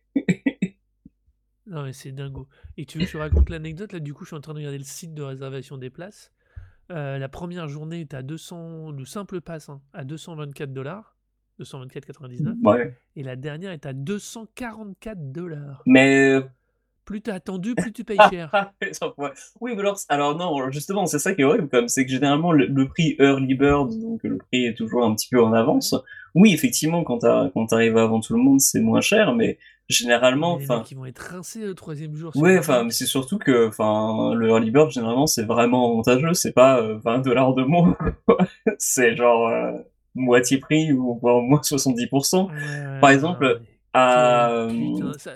[SPEAKER 1] Non, mais c'est dingo. Et tu veux que je te raconte l'anecdote? Là, du coup, je suis en train de regarder le site de réservation des places. Euh, la première journée est à deux cents... Le simple pass, hein, à deux cent vingt-quatre dollars. deux cent vingt-quatre quatre-vingt-dix-neuf.
[SPEAKER 2] Ouais.
[SPEAKER 1] Et la dernière est à deux cent quarante-quatre dollars.
[SPEAKER 2] Mais...
[SPEAKER 1] Plus t'as attendu, plus tu payes cher.
[SPEAKER 2] Oui, mais alors, alors non, justement, c'est ça qui est horrible, comme c'est que généralement le, le prix early bird, donc le prix est toujours un petit peu en avance. Oui, effectivement, quand t'as, quand t'arrives avant tout le monde, c'est moins cher, mais généralement,
[SPEAKER 1] Mais les
[SPEAKER 2] enfin,
[SPEAKER 1] mecs, ils vont être rincés le troisième jour.
[SPEAKER 2] ouais, enfin, mais c'est surtout que, enfin, le early bird, généralement, c'est vraiment avantageux, c'est pas euh, vingt dollars de moins, quoi. C'est genre euh, moitié prix ou voire moins soixante-dix pour cent.
[SPEAKER 1] Ouais, ouais,
[SPEAKER 2] Par
[SPEAKER 1] non,
[SPEAKER 2] exemple,
[SPEAKER 1] non,
[SPEAKER 2] à,
[SPEAKER 1] quel putain, ça...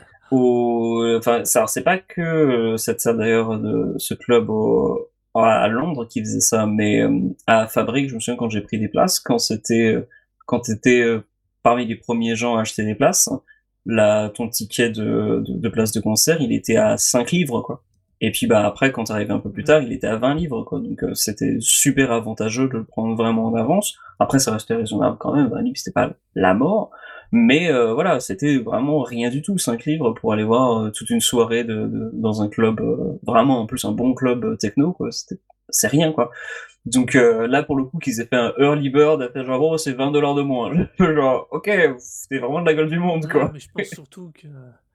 [SPEAKER 2] au, enfin, ça, c'est pas que euh, cette salle d'ailleurs de ce club au, à Londres qui faisait ça, mais euh, à Fabrique, je me souviens quand j'ai pris des places, quand c'était, euh, quand t'étais euh, parmi les premiers gens à acheter des places, là, ton ticket de, de, de place de concert, il était à cinq livres, quoi. Et puis bah après, quand t'arrivais un peu plus tard, il était à vingt livres, quoi. Donc euh, c'était super avantageux de le prendre vraiment en avance. Après, ça restait raisonnable quand même. vingt livres, c'était pas la mort. Mais euh, voilà, c'était vraiment rien du tout, cinq livres pour aller voir euh, toute une soirée de, de, dans un club, euh, vraiment en plus un bon club euh, techno, quoi. C'était, c'est rien, quoi. Donc euh, là, pour le coup, qu'ils aient fait un early bird, à fait genre, bon, c'est vingt dollars de moins. Genre, ok, c'était vraiment de la gueule du monde,
[SPEAKER 1] Non,
[SPEAKER 2] quoi.
[SPEAKER 1] mais je pense surtout que...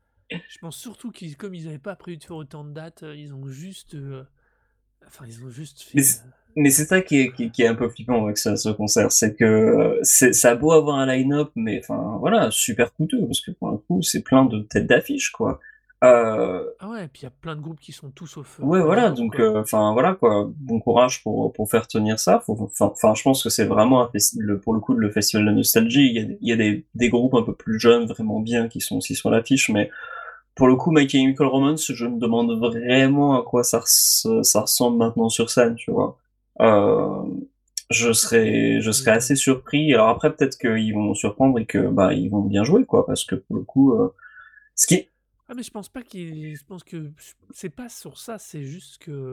[SPEAKER 1] Je pense surtout qu'ils, comme ils n'avaient pas prévu de faire autant de dates, ils ont juste... Euh... Enfin, ils ont juste fait...
[SPEAKER 2] Mais c'est, mais c'est ça qui est, qui, qui est un peu flippant avec ce, ce concert, c'est que c'est, ça a beau avoir un line-up, mais enfin, voilà, super coûteux, parce que pour le coup, c'est plein de têtes d'affiche, quoi. Euh,
[SPEAKER 1] Ah ouais, et puis il y a plein de groupes qui sont tous au feu,
[SPEAKER 2] Ouais,
[SPEAKER 1] au
[SPEAKER 2] voilà,
[SPEAKER 1] diapo,
[SPEAKER 2] donc,
[SPEAKER 1] quoi.
[SPEAKER 2] enfin, voilà, quoi. Bon courage pour, pour faire tenir ça. Enfin, je pense que c'est vraiment un festi- le, pour le coup, le festival de la nostalgie. Il y a, il y a des, des groupes un peu plus jeunes, vraiment bien, qui sont aussi sur l'affiche, mais pour le coup, My Chemical Romance, je me demande vraiment à quoi ça, res- ça ressemble maintenant sur scène, tu vois. Euh, je serais, je
[SPEAKER 1] Tu
[SPEAKER 2] serais assez
[SPEAKER 1] m'étonnes.
[SPEAKER 2] surpris. Alors après, peut-être qu'ils vont surprendre et que, bah, ils vont bien jouer, quoi, parce que pour le coup, euh, ce qui est,
[SPEAKER 1] Ah, mais je pense pas qu'ils... Je pense que c'est pas sur ça, c'est juste que...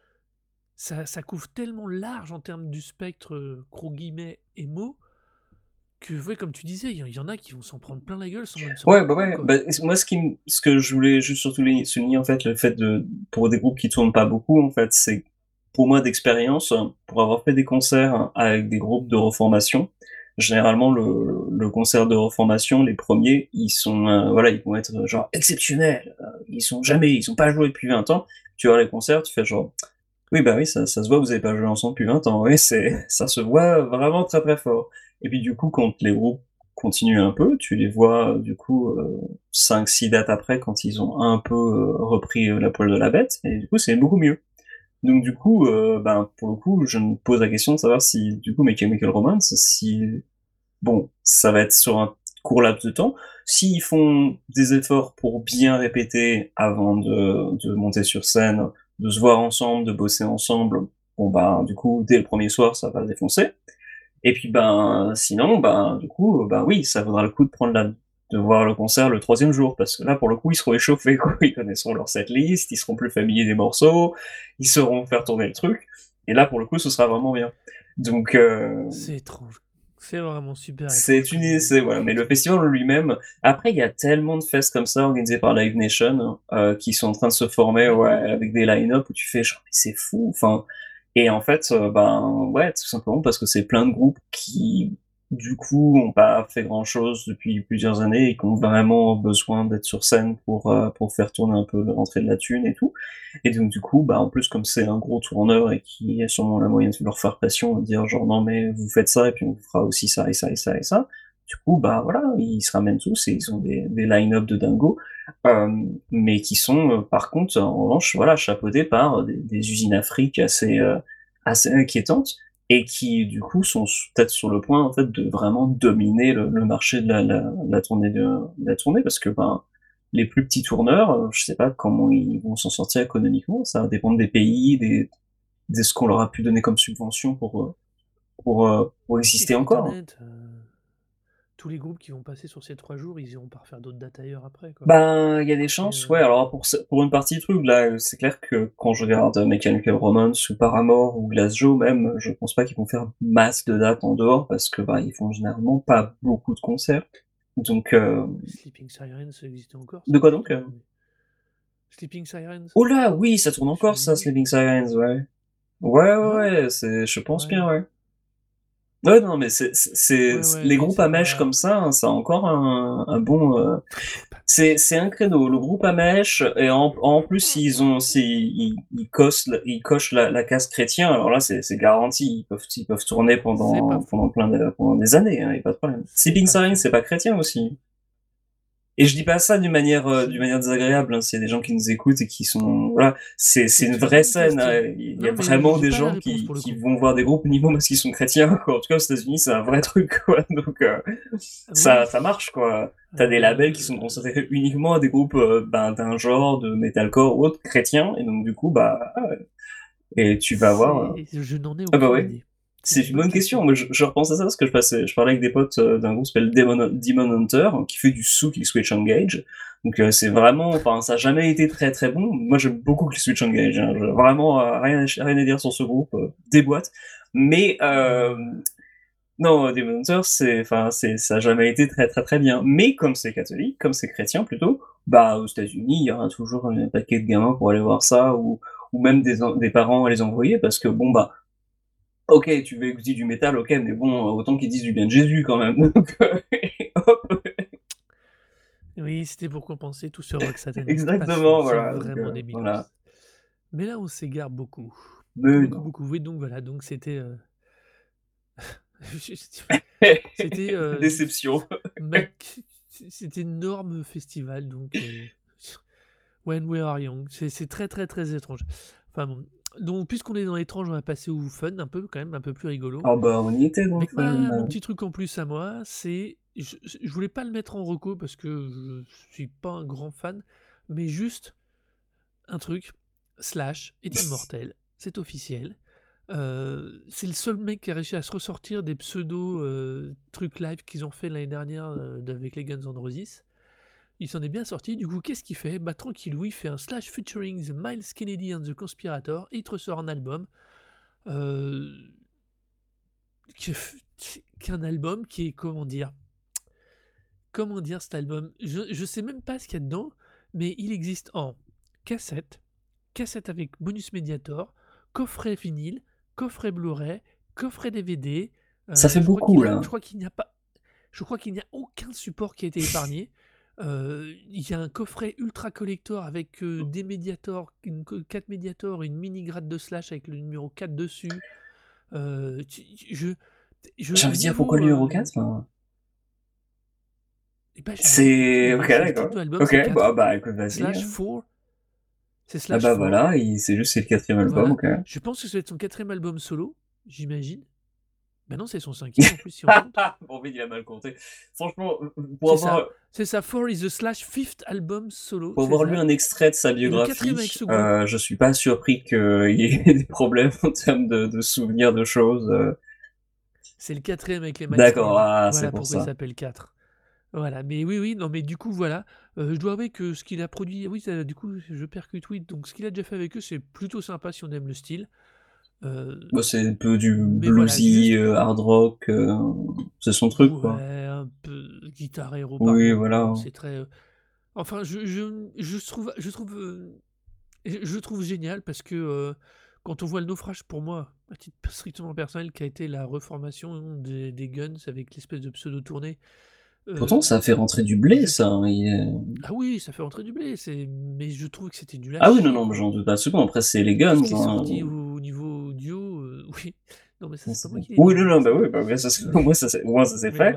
[SPEAKER 1] Ça, ça couvre tellement large en termes du spectre, euh, gros guillemets, émo, que, ouais, comme tu disais, il y, y en a qui vont s'en prendre plein la gueule sans même s'en
[SPEAKER 2] ouais,
[SPEAKER 1] rendre
[SPEAKER 2] bah
[SPEAKER 1] compte,
[SPEAKER 2] ouais.
[SPEAKER 1] quoi.
[SPEAKER 2] Bah, moi, ce qui, me- ce que je voulais juste surtout les- souligner, en fait, le fait de, pour des groupes qui tournent pas beaucoup, en fait, c'est pour moi d'expérience, pour avoir fait des concerts avec des groupes de reformation. Généralement, le, le concert de reformation, les premiers, ils sont, euh, voilà, ils vont être euh, genre exceptionnels. Euh, Ils sont jamais, ils ont pas joué depuis vingt ans. Tu vois les concerts, tu fais genre, oui, bah oui, ça, ça se voit, vous avez pas joué ensemble depuis vingt ans. Oui, c'est, ça se voit vraiment très très fort. Et puis du coup, quand les groupes continuent un peu, tu les vois euh, du coup euh, cinq six dates après quand ils ont un peu euh, repris euh, la poêle de la bête, et du coup c'est beaucoup mieux. Donc du coup, euh, ben pour le coup, je me pose la question de savoir si du coup My Chemical Romance, si bon, ça va être sur un court laps de temps, s'ils font des efforts pour bien répéter avant de, de monter sur scène, de se voir ensemble, de bosser ensemble, bon ben du coup dès le premier soir ça va défoncer. Et puis ben sinon ben du coup ben oui ça vaudra le coup de prendre la de voir le concert le troisième jour parce que là pour le coup ils seront échauffés quoi, ils connaîtront leur setlist, ils seront plus familiers des morceaux, ils sauront faire tourner le truc et là pour le coup ce sera vraiment bien. Donc euh,
[SPEAKER 1] C'est étrange. C'est vraiment super étrange
[SPEAKER 2] c'est une
[SPEAKER 1] comme,
[SPEAKER 2] idée, c'est voilà,
[SPEAKER 1] comme
[SPEAKER 2] mais le
[SPEAKER 1] truc.
[SPEAKER 2] festival en lui-même. Après il y a tellement de fests comme ça organisés par Live Nation euh, qui sont en train de se former
[SPEAKER 1] Ouais.
[SPEAKER 2] ouais avec des line-up où tu fais genre mais c'est fou enfin. Et en fait, euh, ben ouais, tout simplement parce que c'est plein de groupes qui, du coup, ont pas fait grand-chose depuis plusieurs années et qui ont vraiment besoin d'être sur scène pour euh, pour faire tourner un peu le rentrée de la thune et tout. Et donc du coup, bah en plus comme c'est un gros tourneur et qui a sûrement la moyen de leur faire pression, de dire genre non mais vous faites ça et puis on fera aussi ça et ça et ça et ça. Du coup, bah voilà, ils se ramènent tous et ils ont des, des line-up de dingo, euh, mais qui sont euh, par contre en revanche voilà chapeautés par des, des usines Afrique assez euh, assez inquiétantes et qui du coup sont s- peut-être sur le point en fait de vraiment dominer le, le marché de la, la, la tournée de, de la tournée parce que ben les plus petits tourneurs, euh, je sais pas comment ils vont s'en sortir économiquement, ça va dépendre des pays, des, de ce qu'on leur a pu donner comme subvention pour euh, pour euh, pour
[SPEAKER 1] Et
[SPEAKER 2] exister
[SPEAKER 1] faut être
[SPEAKER 2] encore.
[SPEAKER 1] honnête, euh, tous les groupes qui vont passer sur ces trois jours, ils iront pas refaire d'autres dates ailleurs après, quoi.
[SPEAKER 2] Ben, il y a des
[SPEAKER 1] C'est,
[SPEAKER 2] chances, ouais.
[SPEAKER 1] euh,
[SPEAKER 2] Alors pour ce- pour une partie du truc, là, euh, c'est clair que quand je regarde euh, Mechanical Romance ou Paramore ou Glassjaw même, je pense pas qu'ils vont faire masse de dates en dehors parce que bah ils font généralement pas beaucoup de concerts. Donc euh,
[SPEAKER 1] Sleeping Sirens, ça existait encore,
[SPEAKER 2] de
[SPEAKER 1] ça?
[SPEAKER 2] quoi donc?
[SPEAKER 1] Putain,
[SPEAKER 2] euh
[SPEAKER 1] mais... Sleeping Sirens?
[SPEAKER 2] Oh là, oui, ça tourne
[SPEAKER 1] Je me
[SPEAKER 2] encore ça,
[SPEAKER 1] demande.
[SPEAKER 2] Sleeping Sirens, ouais. Ouais,
[SPEAKER 1] Ah
[SPEAKER 2] ouais,
[SPEAKER 1] ouais?
[SPEAKER 2] ouais, c'est, je pense bien,
[SPEAKER 1] Ouais.
[SPEAKER 2] ouais. Ouais, non, mais c'est, c'est, c'est-
[SPEAKER 1] Ouais, ouais,
[SPEAKER 2] les
[SPEAKER 1] mais
[SPEAKER 2] groupes
[SPEAKER 1] c'est
[SPEAKER 2] à mèche comme
[SPEAKER 1] pas.
[SPEAKER 2] ça, hein, ça a encore un, un bon, euh,
[SPEAKER 1] Groupe à
[SPEAKER 2] C'est,
[SPEAKER 1] mèche.
[SPEAKER 2] c'est un créneau. Le groupe à mèche, et en, en plus, ils ont, s'ils, ils, ils cochent, la- ils cochent la, la case chrétien, alors là, c'est, c'est garanti. Ils peuvent, ils peuvent tourner
[SPEAKER 1] C'est pas
[SPEAKER 2] pendant,
[SPEAKER 1] faux.
[SPEAKER 2] pendant plein de, pendant des années, hein, y a pas de problème.
[SPEAKER 1] C'est
[SPEAKER 2] Sleeping
[SPEAKER 1] pas
[SPEAKER 2] Siren,
[SPEAKER 1] faux.
[SPEAKER 2] c'est pas chrétien aussi. Et je dis pas ça d'une manière, euh, d'une
[SPEAKER 1] C'est...
[SPEAKER 2] manière désagréable, hein. S'il y a des gens qui nous écoutent et qui sont, voilà, c'est, c'est une
[SPEAKER 1] C'est une
[SPEAKER 2] vraie
[SPEAKER 1] bonne
[SPEAKER 2] scène, hein.
[SPEAKER 1] question.
[SPEAKER 2] Il y a
[SPEAKER 1] Non, mais
[SPEAKER 2] vraiment
[SPEAKER 1] j'ai
[SPEAKER 2] des
[SPEAKER 1] pas la
[SPEAKER 2] gens
[SPEAKER 1] réponse
[SPEAKER 2] qui,
[SPEAKER 1] pour le
[SPEAKER 2] qui
[SPEAKER 1] coup.
[SPEAKER 2] vont voir des groupes uniquement parce qu'ils sont chrétiens, quoi. En tout cas, aux États-Unis, c'est un vrai truc, quoi. Donc, euh, ça,
[SPEAKER 1] Oui.
[SPEAKER 2] ça marche, quoi. T'as des labels qui sont
[SPEAKER 1] Euh...
[SPEAKER 2] consacrés uniquement à des groupes, euh, ben, d'un genre, de metalcore ou autre, chrétien, et donc, du coup, bah, ouais. Et tu vas voir, euh,
[SPEAKER 1] C'est... Je n'en ai
[SPEAKER 2] ah bah
[SPEAKER 1] aucune
[SPEAKER 2] ouais.
[SPEAKER 1] idée. C'est
[SPEAKER 2] C'est
[SPEAKER 1] une
[SPEAKER 2] une
[SPEAKER 1] bonne
[SPEAKER 2] bonne question.
[SPEAKER 1] question.
[SPEAKER 2] Moi, je, je repensais à ça parce que je passais, je parlais avec des potes euh, d'un groupe qui s'appelle Demon, Demon Hunter, qui fait du souk et Switch Engage. Donc euh, c'est vraiment, enfin, ça a jamais été très très bon. Moi, j'aime beaucoup le Switch Engage. Hein. Je- vraiment, euh, rien, à- rien à dire sur ce groupe, euh, des boîtes. Mais euh,
[SPEAKER 1] Euh...
[SPEAKER 2] non, Demon Hunter, c'est, enfin, c'est, ça a jamais été très très très bien. Mais comme c'est catholique, comme c'est chrétien plutôt, bah aux États-Unis, il y aura toujours un paquet de gamins pour aller voir ça, ou ou même des, en- des parents à les envoyer parce que bon bah ok, tu veux écouter du métal, ok, mais bon, autant qu'ils disent du bien de Jésus quand même. Donc, euh, hop,
[SPEAKER 1] Oui, c'était pour compenser tout ce rock sataniste. Passons,
[SPEAKER 2] exactement,
[SPEAKER 1] c'est
[SPEAKER 2] voilà. Donc,
[SPEAKER 1] vraiment
[SPEAKER 2] euh,
[SPEAKER 1] débilos.
[SPEAKER 2] voilà.
[SPEAKER 1] Mais là, on s'égare beaucoup.
[SPEAKER 2] Mais
[SPEAKER 1] Beaucoup,
[SPEAKER 2] non.
[SPEAKER 1] beaucoup. Oui, donc voilà, donc c'était... euh, C'était euh,
[SPEAKER 2] Déception.
[SPEAKER 1] Mac- c'était un énorme festival, donc euh, When We Are Young. C'est c'est très très très étrange. Enfin bon. Donc puisqu'on est dans l'étrange, on va passer au fun, un peu quand même, un peu plus rigolo.
[SPEAKER 2] Ah bah, on y était dans le
[SPEAKER 1] Avec
[SPEAKER 2] fun.
[SPEAKER 1] ma,
[SPEAKER 2] Là.
[SPEAKER 1] mon petit truc en plus à moi, c'est... Je, je voulais pas le mettre en reco parce que je suis pas un grand fan, mais juste un truc. Slash est immortel, c'est officiel. Euh, c'est le seul mec qui a réussi à se ressortir des pseudo euh, trucs live qu'ils ont fait l'année dernière euh, avec les Guns N' Roses. Il s'en est bien sorti. Du coup, qu'est-ce qu'il fait? Bah tranquillou, il fait un Slash featuring The Miles Kennedy and the Conspirator et il te ressort un album. Euh, qui est un album qui est, comment dire, comment dire cet album? Je, je sais même pas ce qu'il y a dedans, mais il existe en cassette, cassette avec bonus Mediator, coffret vinyle, coffret Blu-ray, coffret D V D.
[SPEAKER 2] Ça
[SPEAKER 1] euh,
[SPEAKER 2] fait
[SPEAKER 1] je crois
[SPEAKER 2] beaucoup,
[SPEAKER 1] qu'il a, je
[SPEAKER 2] là.
[SPEAKER 1] crois qu'il n'y a pas, je crois qu'il n'y a aucun support qui a été épargné. Euh, Il y a un coffret ultra collector avec euh, des Mediator, une, quatre Mediator, une mini grade de Slash avec le numéro quatre dessus. Euh, tu- tu- je, je,
[SPEAKER 2] J'ai
[SPEAKER 1] au
[SPEAKER 2] envie de dire, pourquoi
[SPEAKER 1] niveau,
[SPEAKER 2] le numéro
[SPEAKER 1] euh,
[SPEAKER 2] quatre enfin,
[SPEAKER 1] eh ben, je n'en ai aucune
[SPEAKER 2] c'est... Ok,
[SPEAKER 1] idée. C'est le titre
[SPEAKER 2] d'accord.
[SPEAKER 1] de l'album,
[SPEAKER 2] Ok,
[SPEAKER 1] c'est
[SPEAKER 2] bah,
[SPEAKER 1] quatre.
[SPEAKER 2] bah, écoute, vas-y.
[SPEAKER 1] Slash
[SPEAKER 2] Hein.
[SPEAKER 1] quatre. C'est
[SPEAKER 2] Ah
[SPEAKER 1] Slash
[SPEAKER 2] bah
[SPEAKER 1] quatre.
[SPEAKER 2] voilà, il- c'est juste, c'est le quatrième album,
[SPEAKER 1] Voilà.
[SPEAKER 2] ok.
[SPEAKER 1] Je pense que ça va être son quatrième album solo, j'imagine. Ben non, c'est son cinquième en plus, si on compte.
[SPEAKER 2] Bon, il a mal compté. Franchement, pour
[SPEAKER 1] C'est ça.
[SPEAKER 2] avoir,
[SPEAKER 1] C'est ça. four is the Slash fifth album solo.
[SPEAKER 2] Pour
[SPEAKER 1] C'est
[SPEAKER 2] avoir lu
[SPEAKER 1] ça.
[SPEAKER 2] un extrait de sa
[SPEAKER 1] Et le quatrième avec
[SPEAKER 2] biographie,
[SPEAKER 1] ce groupe.
[SPEAKER 2] euh, je suis pas surpris qu'il y ait des problèmes en termes de, de souvenirs de choses. euh.
[SPEAKER 1] C'est le quatrième avec les Miles
[SPEAKER 2] D'accord,
[SPEAKER 1] Kennedy.
[SPEAKER 2] ah, c'est
[SPEAKER 1] Voilà
[SPEAKER 2] pour
[SPEAKER 1] pourquoi il
[SPEAKER 2] ça.
[SPEAKER 1] s'appelle quatre. Voilà. Mais oui, oui, non, mais du coup, voilà. Euh, je dois avouer que ce qu'il a produit, oui, ça, du coup, je percute, oui. Donc, ce qu'il a déjà fait avec eux, c'est plutôt sympa si on aime le style. Euh,
[SPEAKER 2] Bon, c'est un peu du
[SPEAKER 1] mais voilà,
[SPEAKER 2] bluesy,
[SPEAKER 1] juste
[SPEAKER 2] euh, hard rock, euh, c'est son truc, quoi.
[SPEAKER 1] ouais, un peu guitare héros par
[SPEAKER 2] Oui,
[SPEAKER 1] moment,
[SPEAKER 2] voilà.
[SPEAKER 1] c'est très. euh, Enfin, je, je, je trouve, je trouve, euh, je je trouve génial parce que euh, quand on voit le naufrage, pour moi, à titre strictement personnel, qui a été la reformation des, des Guns avec l'espèce de pseudo tournée.
[SPEAKER 2] Pourtant,
[SPEAKER 1] euh,
[SPEAKER 2] ça a fait rentrer du blé,
[SPEAKER 1] je
[SPEAKER 2] ça.
[SPEAKER 1] trouve.
[SPEAKER 2] Hein, il est-
[SPEAKER 1] Ah oui, ça fait entrer du blé, c'est, mais je trouve que c'était nul à
[SPEAKER 2] Ah oui, non,
[SPEAKER 1] chier,
[SPEAKER 2] non, mais
[SPEAKER 1] quoi.
[SPEAKER 2] j'en doute pas une seconde. Après, c'est les
[SPEAKER 1] Ce
[SPEAKER 2] Guns,
[SPEAKER 1] qui est
[SPEAKER 2] hein.
[SPEAKER 1] sorti au, au niveau audio, euh, oui. Non, mais ça, c'est pas moi qui l'ai dit,
[SPEAKER 2] Oui, non,
[SPEAKER 1] hein,
[SPEAKER 2] non, bah
[SPEAKER 1] c'est-
[SPEAKER 2] oui, bah, oui, ça, c'est- au moins, ça, c'est- au moins, ça s'est
[SPEAKER 1] Mais
[SPEAKER 2] fait.
[SPEAKER 1] voilà.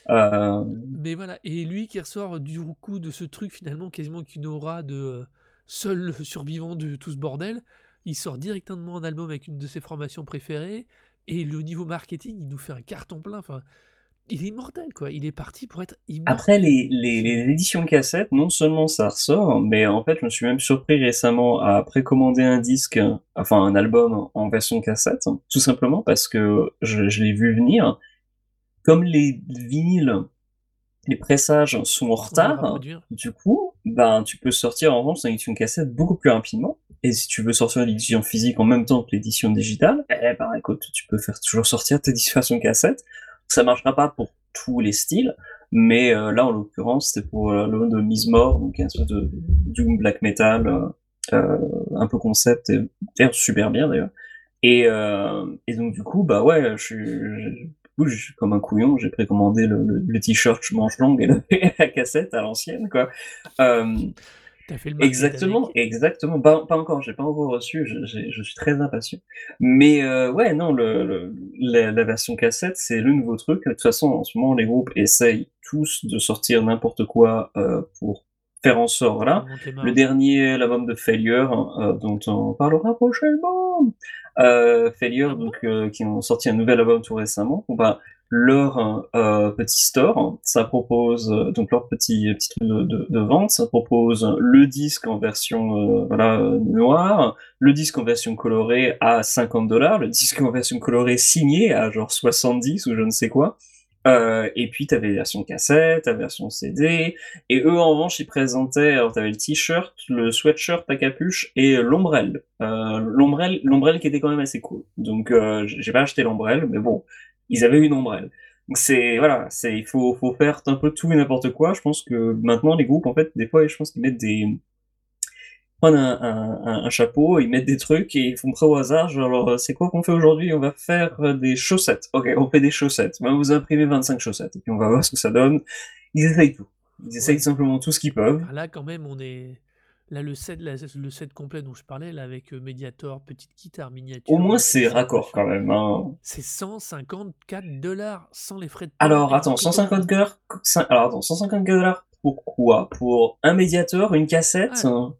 [SPEAKER 2] Euh,
[SPEAKER 1] Mais voilà, et lui qui ressort du coup de ce truc finalement quasiment qu'une aura de euh, seul survivant de tout ce bordel, il sort directement un album avec une de ses formations préférées, et le niveau marketing, il nous fait un carton plein, enfin, il est immortel quoi, il est parti pour être
[SPEAKER 2] Après,
[SPEAKER 1] immortel.
[SPEAKER 2] les, les,
[SPEAKER 1] C'est...
[SPEAKER 2] les éditions cassettes, non seulement ça ressort, mais en fait, je me suis même surpris récemment à précommander un disque, enfin un album en version cassette, tout simplement parce que je, je l'ai vu venir. Comme les vinyles, les pressages sont en
[SPEAKER 1] On doit
[SPEAKER 2] retard,
[SPEAKER 1] reproduire.
[SPEAKER 2] du coup, ben, tu peux sortir en revanche une édition cassette beaucoup plus rapidement. Et si tu veux sortir l'édition physique en même temps que l'édition digitale, eh ben, écoute, tu peux faire toujours sortir tes versions cassette. Ça marchera pas pour tous les styles, mais euh, là, en l'occurrence, c'était pour euh, le de Mizmor, donc un espèce de doom black metal, euh, euh, un peu concept, et d'ailleurs super bien d'ailleurs. Et, euh, et donc du coup, bah ouais, je suis, je- du coup, je- comme un couillon, j'ai précommandé le, le, le t-shirt manche longue et, le- et la cassette à l'ancienne, quoi. Euh,
[SPEAKER 1] T'as fait le market
[SPEAKER 2] exactement,
[SPEAKER 1] avec.
[SPEAKER 2] exactement. Pas, pas encore, j'ai pas encore reçu, je, j'ai- je suis très impatient. Mais euh, ouais, non, le, le- la, la version cassette, c'est le nouveau truc. De toute façon, en ce moment, les groupes essayent tous de sortir n'importe quoi euh, pour faire en sorte, voilà.
[SPEAKER 1] Augmente les
[SPEAKER 2] Le
[SPEAKER 1] marges.
[SPEAKER 2] dernier, l'album de Failure, euh, dont on parlera prochainement, euh,
[SPEAKER 1] Ah
[SPEAKER 2] Failure,
[SPEAKER 1] bon?
[SPEAKER 2] donc euh, qui ont sorti un nouvel album tout récemment. Bon, bah, leur euh, petit store, ça propose euh, donc leur petit petit truc de, de, de vente, ça propose le disque en version euh, voilà euh, noire, le disque en version colorée à cinquante dollars, le disque en version colorée signé à genre soixante-dix ou je ne sais quoi. Euh, et puis t'avais la version cassette, la version C D, et eux en revanche ils présentaient, alors t'avais le t-shirt, le sweatshirt à capuche et l'ombrelle. Euh, l'ombrelle, l'ombrelle qui était quand même assez cool. Donc euh, j'ai pas acheté l'ombrelle, mais bon, ils avaient une ombrelle. Donc c'est voilà, c'est il faut faut faire un peu tout et n'importe quoi. Je pense que maintenant les groupes en fait des fois je pense qu'ils mettent des prennent un, un, un, un chapeau, ils mettent des trucs et ils font prêt au hasard. Genre alors, c'est quoi qu'on fait aujourd'hui? On va faire euh, des chaussettes. Ok, on fait des chaussettes. On va vous imprimer vingt-cinq chaussettes et puis on va voir ce que ça donne. Ils essayent tout. Ils essayent
[SPEAKER 1] Ouais.
[SPEAKER 2] simplement tout ce qu'ils peuvent.
[SPEAKER 1] Enfin, là, quand même, on est. Là, le set, là, le set complet dont je parlais, là, avec euh, Mediator, petite guitare
[SPEAKER 2] Au
[SPEAKER 1] miniature,
[SPEAKER 2] moins
[SPEAKER 1] euh,
[SPEAKER 2] c'est
[SPEAKER 1] cassette,
[SPEAKER 2] raccord
[SPEAKER 1] machin,
[SPEAKER 2] quand même, hein.
[SPEAKER 1] c'est cent cinquante-quatre dollars sans les frais de port
[SPEAKER 2] Alors
[SPEAKER 1] et en
[SPEAKER 2] attends, cent cinquante
[SPEAKER 1] précommande.
[SPEAKER 2] dollars. Alors attends, cent cinquante dollars pour quoi? Pour un médiator, une cassette?
[SPEAKER 1] Ah,
[SPEAKER 2] hein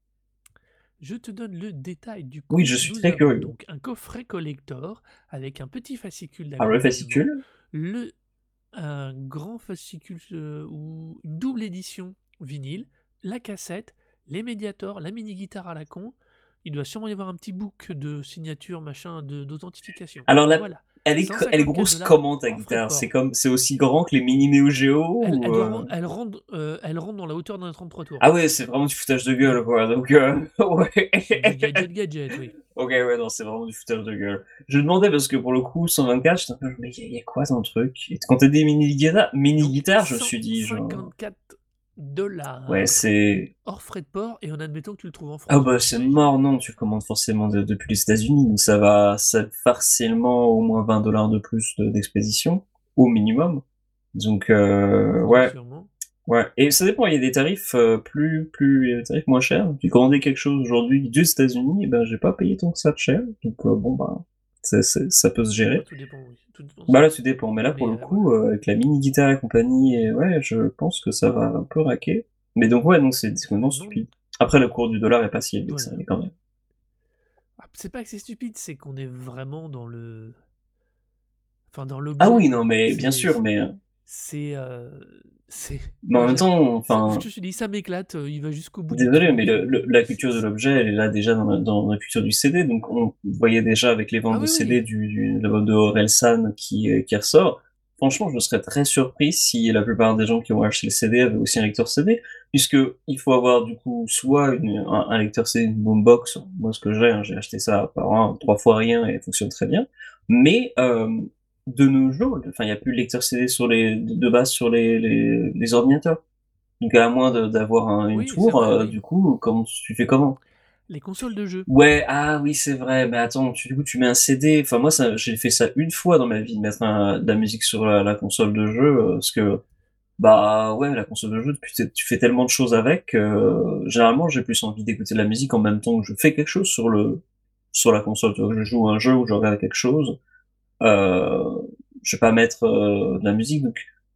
[SPEAKER 1] je te donne le détail. Du
[SPEAKER 2] Oui,
[SPEAKER 1] coup,
[SPEAKER 2] je suis
[SPEAKER 1] nous
[SPEAKER 2] très
[SPEAKER 1] avons
[SPEAKER 2] curieux.
[SPEAKER 1] donc un coffret collector avec un petit fascicule
[SPEAKER 2] Alors le
[SPEAKER 1] d'accompagnement,
[SPEAKER 2] fascicule?
[SPEAKER 1] le, un grand fascicule euh, ou une double édition vinyle, la cassette, les médiators, la mini-guitare à la con. Il doit sûrement y avoir un petit book de signature, machin, de- d'authentification.
[SPEAKER 2] Alors là,
[SPEAKER 1] Voilà.
[SPEAKER 2] elle est, elle est
[SPEAKER 1] cent cinquante-quatre
[SPEAKER 2] grosse
[SPEAKER 1] dollars
[SPEAKER 2] comment ta
[SPEAKER 1] hors frais de
[SPEAKER 2] guitare? C'est
[SPEAKER 1] port.
[SPEAKER 2] comme, c'est aussi grand que les mini Neo Geo
[SPEAKER 1] Elle, elle,
[SPEAKER 2] ou
[SPEAKER 1] doit,
[SPEAKER 2] euh,
[SPEAKER 1] ren- elle, rentre, euh, elle rentre dans la hauteur d'un trente-trois tours.
[SPEAKER 2] Ah ouais, c'est vraiment du foutage de
[SPEAKER 1] Oui,
[SPEAKER 2] gueule quoi. Donc euh, ouais.
[SPEAKER 1] c'est du gadget gadget, oui.
[SPEAKER 2] Ok ouais non c'est vraiment du foutage de gueule. Je demandais parce que pour le coup cent vingt-quatre, j'étais un peu mais il y, a y a quoi dans le truc? Et quand t'as des mini guitares, mini
[SPEAKER 1] Donc
[SPEAKER 2] guitares, je me suis dit genre
[SPEAKER 1] cent cinquante-quatre
[SPEAKER 2] ouais
[SPEAKER 1] dollars
[SPEAKER 2] c'est
[SPEAKER 1] hors frais de port et en admettant que tu le trouves en
[SPEAKER 2] ah
[SPEAKER 1] France,
[SPEAKER 2] bah
[SPEAKER 1] donc
[SPEAKER 2] c'est
[SPEAKER 1] direct.
[SPEAKER 2] mort non, tu commandes forcément de- depuis les États-Unis, donc ça va ça facilement au moins vingt dollars de plus de- d'expédition au minimum. Donc euh,
[SPEAKER 1] Oui,
[SPEAKER 2] ouais.
[SPEAKER 1] sûrement.
[SPEAKER 2] Ouais, et ça dépend, il y a des tarifs euh, plus, plus, il y a des tarifs moins chers. Tu commandais quelque chose aujourd'hui des États-Unis, et ben j'ai pas payé tant que ça de cher, donc euh, bon bah c'est- c'est- ça peut se
[SPEAKER 1] Bah,
[SPEAKER 2] gérer.
[SPEAKER 1] tout dépend, oui. Tout dépend.
[SPEAKER 2] Bah là tu dépends, mais là pour
[SPEAKER 1] Mais
[SPEAKER 2] le
[SPEAKER 1] euh, voilà.
[SPEAKER 2] coup euh, avec la mini guitare et compagnie, et ouais je pense que ça va un peu raquer. Mais donc ouais donc c'est complètement
[SPEAKER 1] Non,
[SPEAKER 2] stupide. Après le cours du dollar est pas si élevé que ça,
[SPEAKER 1] voilà.
[SPEAKER 2] mais quand même.
[SPEAKER 1] Ah, c'est pas que c'est stupide, c'est qu'on est vraiment dans le. Enfin, dans
[SPEAKER 2] Ah
[SPEAKER 1] l'objet,
[SPEAKER 2] oui non
[SPEAKER 1] quoi.
[SPEAKER 2] mais bien
[SPEAKER 1] C'est.
[SPEAKER 2] sûr, mais euh,
[SPEAKER 1] C'est. euh, C'est.
[SPEAKER 2] mais en
[SPEAKER 1] Moi,
[SPEAKER 2] même
[SPEAKER 1] j'aime.
[SPEAKER 2] temps
[SPEAKER 1] ça- Je
[SPEAKER 2] enfin
[SPEAKER 1] te dis, ça m'éclate, euh, il va jusqu'au bout du
[SPEAKER 2] désolé, mais
[SPEAKER 1] truc.
[SPEAKER 2] le, le-
[SPEAKER 1] euh,
[SPEAKER 2] la
[SPEAKER 1] c'est-
[SPEAKER 2] culture de
[SPEAKER 1] c'est-
[SPEAKER 2] l'objet, elle est là déjà dans la, dans la culture du C D, donc on voyait déjà avec les
[SPEAKER 1] Ah
[SPEAKER 2] ventes de
[SPEAKER 1] oui,
[SPEAKER 2] C D
[SPEAKER 1] oui.
[SPEAKER 2] du, du de de Orelsan qui, euh, qui ressort. Franchement, je serais très surpris si la plupart des gens qui ont acheté le C D avaient aussi un lecteur C D, puisque il faut avoir du coup soit une, un, un lecteur C D, une boombox, moi ce que j'ai, hein, j'ai acheté ça par un, trois fois rien et elle fonctionne très bien, mais euh, de nos jours, enfin il n'y a plus de lecteur C D sur les, de de base sur les, les, les ordinateurs. Donc à moins de- d'avoir un- une
[SPEAKER 1] Oui, c'est
[SPEAKER 2] tour,
[SPEAKER 1] vrai,
[SPEAKER 2] euh,
[SPEAKER 1] oui.
[SPEAKER 2] du coup, comment tu fais comment?
[SPEAKER 1] Les consoles de jeux.
[SPEAKER 2] Ouais, ah oui, c'est vrai. Mais attends, tu, du coup, tu mets un C D. Enfin, moi, ça, j'ai fait ça une fois dans ma vie, mettre un- de la musique sur la, la console de jeu, euh, parce que bah ouais, la console de jeu, tu, fais tu fais tellement de choses avec. Euh, généralement, j'ai plus envie d'écouter de la musique en même temps que je fais quelque chose sur le sur la console. Tu vois, je joue à un jeu ou je regarde quelque chose. Euh, je vais pas mettre euh, de la musique, donc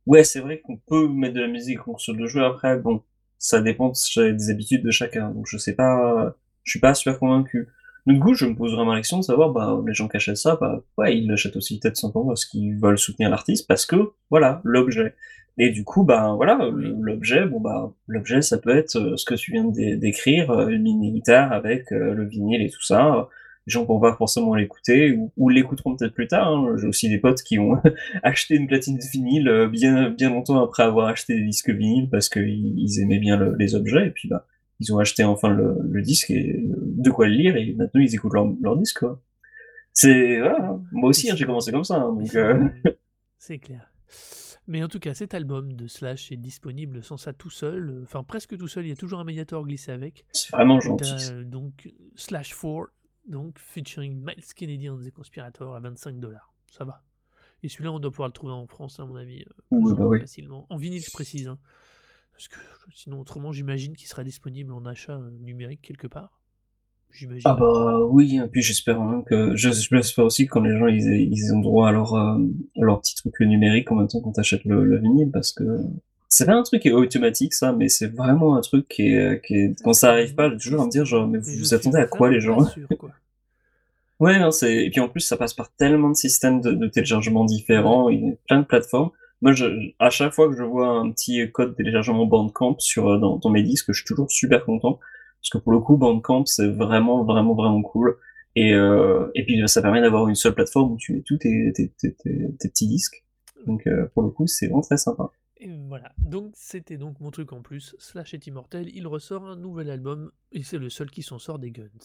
[SPEAKER 2] ouais, c'est vrai qu'on peut mettre de la musique en console de jeu. Après, bon, ça dépend des habitudes de chacun. Donc, je sais pas, je suis pas super convaincu. Du coup, je me pose vraiment la question de savoir, bah, les gens qui achètent ça, bah, ouais, ils l'achètent aussi peut-être simplement parce qu'ils veulent soutenir l'artiste, parce que, voilà, l'objet. Et du coup, bah, voilà,
[SPEAKER 1] Oui.
[SPEAKER 2] l'objet, bon, bah, l'objet, ça peut être euh, ce que tu viens de dé- décrire, euh, une mini-guitare avec euh, le vinyle et tout ça. Les gens vont pas forcément l'écouter, ou, ou l'écouteront peut-être plus tard, hein. J'ai aussi des potes qui ont acheté une platine de vinyle euh, bien, bien longtemps après avoir acheté des disques vinyles parce qu'ils ils aimaient bien le- les objets, et puis bah, ils ont acheté enfin le, le disque et euh, de quoi le lire, et maintenant ils écoutent leur, leur disque, quoi. C'est, voilà, hein. Moi
[SPEAKER 1] Mais
[SPEAKER 2] aussi, hein, j'ai
[SPEAKER 1] sinon,
[SPEAKER 2] commencé comme ça, hein,
[SPEAKER 1] mais
[SPEAKER 2] donc
[SPEAKER 1] sinon,
[SPEAKER 2] euh,
[SPEAKER 1] oui, c'est clair. Mais en tout cas, cet album de Slash est disponible sans ça tout seul, euh, enfin presque tout seul, il y a toujours un Mediator glissé avec,
[SPEAKER 2] c'est vraiment
[SPEAKER 1] où t'as
[SPEAKER 2] gentil.
[SPEAKER 1] euh, donc Slash quatre, donc featuring Miles Kennedy and the Conspirator à vingt-cinq dollars. Ça va. Et celui-là, on doit pouvoir le trouver en France, à mon avis, euh,
[SPEAKER 2] Ouh,
[SPEAKER 1] plus ou
[SPEAKER 2] bah
[SPEAKER 1] moins
[SPEAKER 2] oui.
[SPEAKER 1] facilement. En vinyle, je précise, hein, parce que sinon, autrement, j'imagine qu'il sera disponible en achat euh, numérique quelque part.
[SPEAKER 2] Ah
[SPEAKER 1] J'imagine.
[SPEAKER 2] bah oui, et puis j'espère même que je- j'espère aussi que quand les gens ils, aient- ils ont droit à leur euh, à leur petit truc numérique en même temps quand t'achètes le, le vinyle, parce que c'est pas un truc qui est automatique ça, mais c'est vraiment un truc qui est, qui est quand ça
[SPEAKER 1] C'est une
[SPEAKER 2] arrive pas, j'ai
[SPEAKER 1] bonne
[SPEAKER 2] toujours à me dire genre
[SPEAKER 1] question,
[SPEAKER 2] mais
[SPEAKER 1] mais
[SPEAKER 2] vous
[SPEAKER 1] je
[SPEAKER 2] vous
[SPEAKER 1] suis
[SPEAKER 2] attendez à quoi
[SPEAKER 1] vraiment
[SPEAKER 2] les
[SPEAKER 1] pas
[SPEAKER 2] gens?
[SPEAKER 1] sûr, quoi.
[SPEAKER 2] Ouais, non, c'est et puis en plus ça passe par tellement de systèmes de, de téléchargement
[SPEAKER 1] Ouais.
[SPEAKER 2] différents, il y a plein de plateformes. Moi, je, à chaque fois que je vois un petit code téléchargement Bandcamp sur euh, dans, dans mes disques, je suis toujours super content parce que pour le coup, Bandcamp c'est vraiment vraiment vraiment cool. Et euh, et puis ça permet d'avoir une seule plateforme où tu mets tous tes tes tes, tes, tes petits disques. Donc euh, pour le coup, c'est vraiment très sympa.
[SPEAKER 1] Et voilà, donc c'était donc mon truc en plus. Slash est immortel, il ressort un nouvel album, et c'est le seul qui s'en sort des Guns.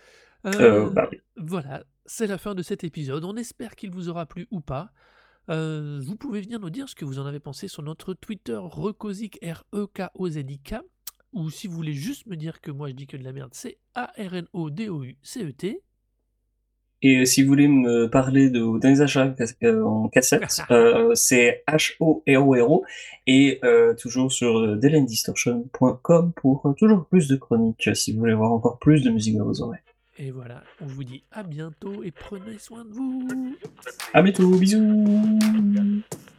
[SPEAKER 2] Euh,
[SPEAKER 1] Euh,
[SPEAKER 2] bah oui.
[SPEAKER 1] voilà, c'est la fin de cet épisode. On espère qu'il vous aura plu ou pas. Euh, vous pouvez venir nous dire ce que vous en avez pensé sur notre Twitter Recosic, R E K O Z I K. Ou si vous voulez juste me dire que moi je dis que de la merde, c'est A R N O D O U C E T.
[SPEAKER 2] Et si vous voulez me parler de derniers achats euh, en cassette, euh, c'est H O R O R O et euh, toujours sur deland distortion point com pour euh, toujours plus de chroniques si vous voulez voir encore plus de musique dans vos oreilles.
[SPEAKER 1] Et voilà, on vous dit à bientôt et prenez soin de vous.
[SPEAKER 2] À bientôt, bisous.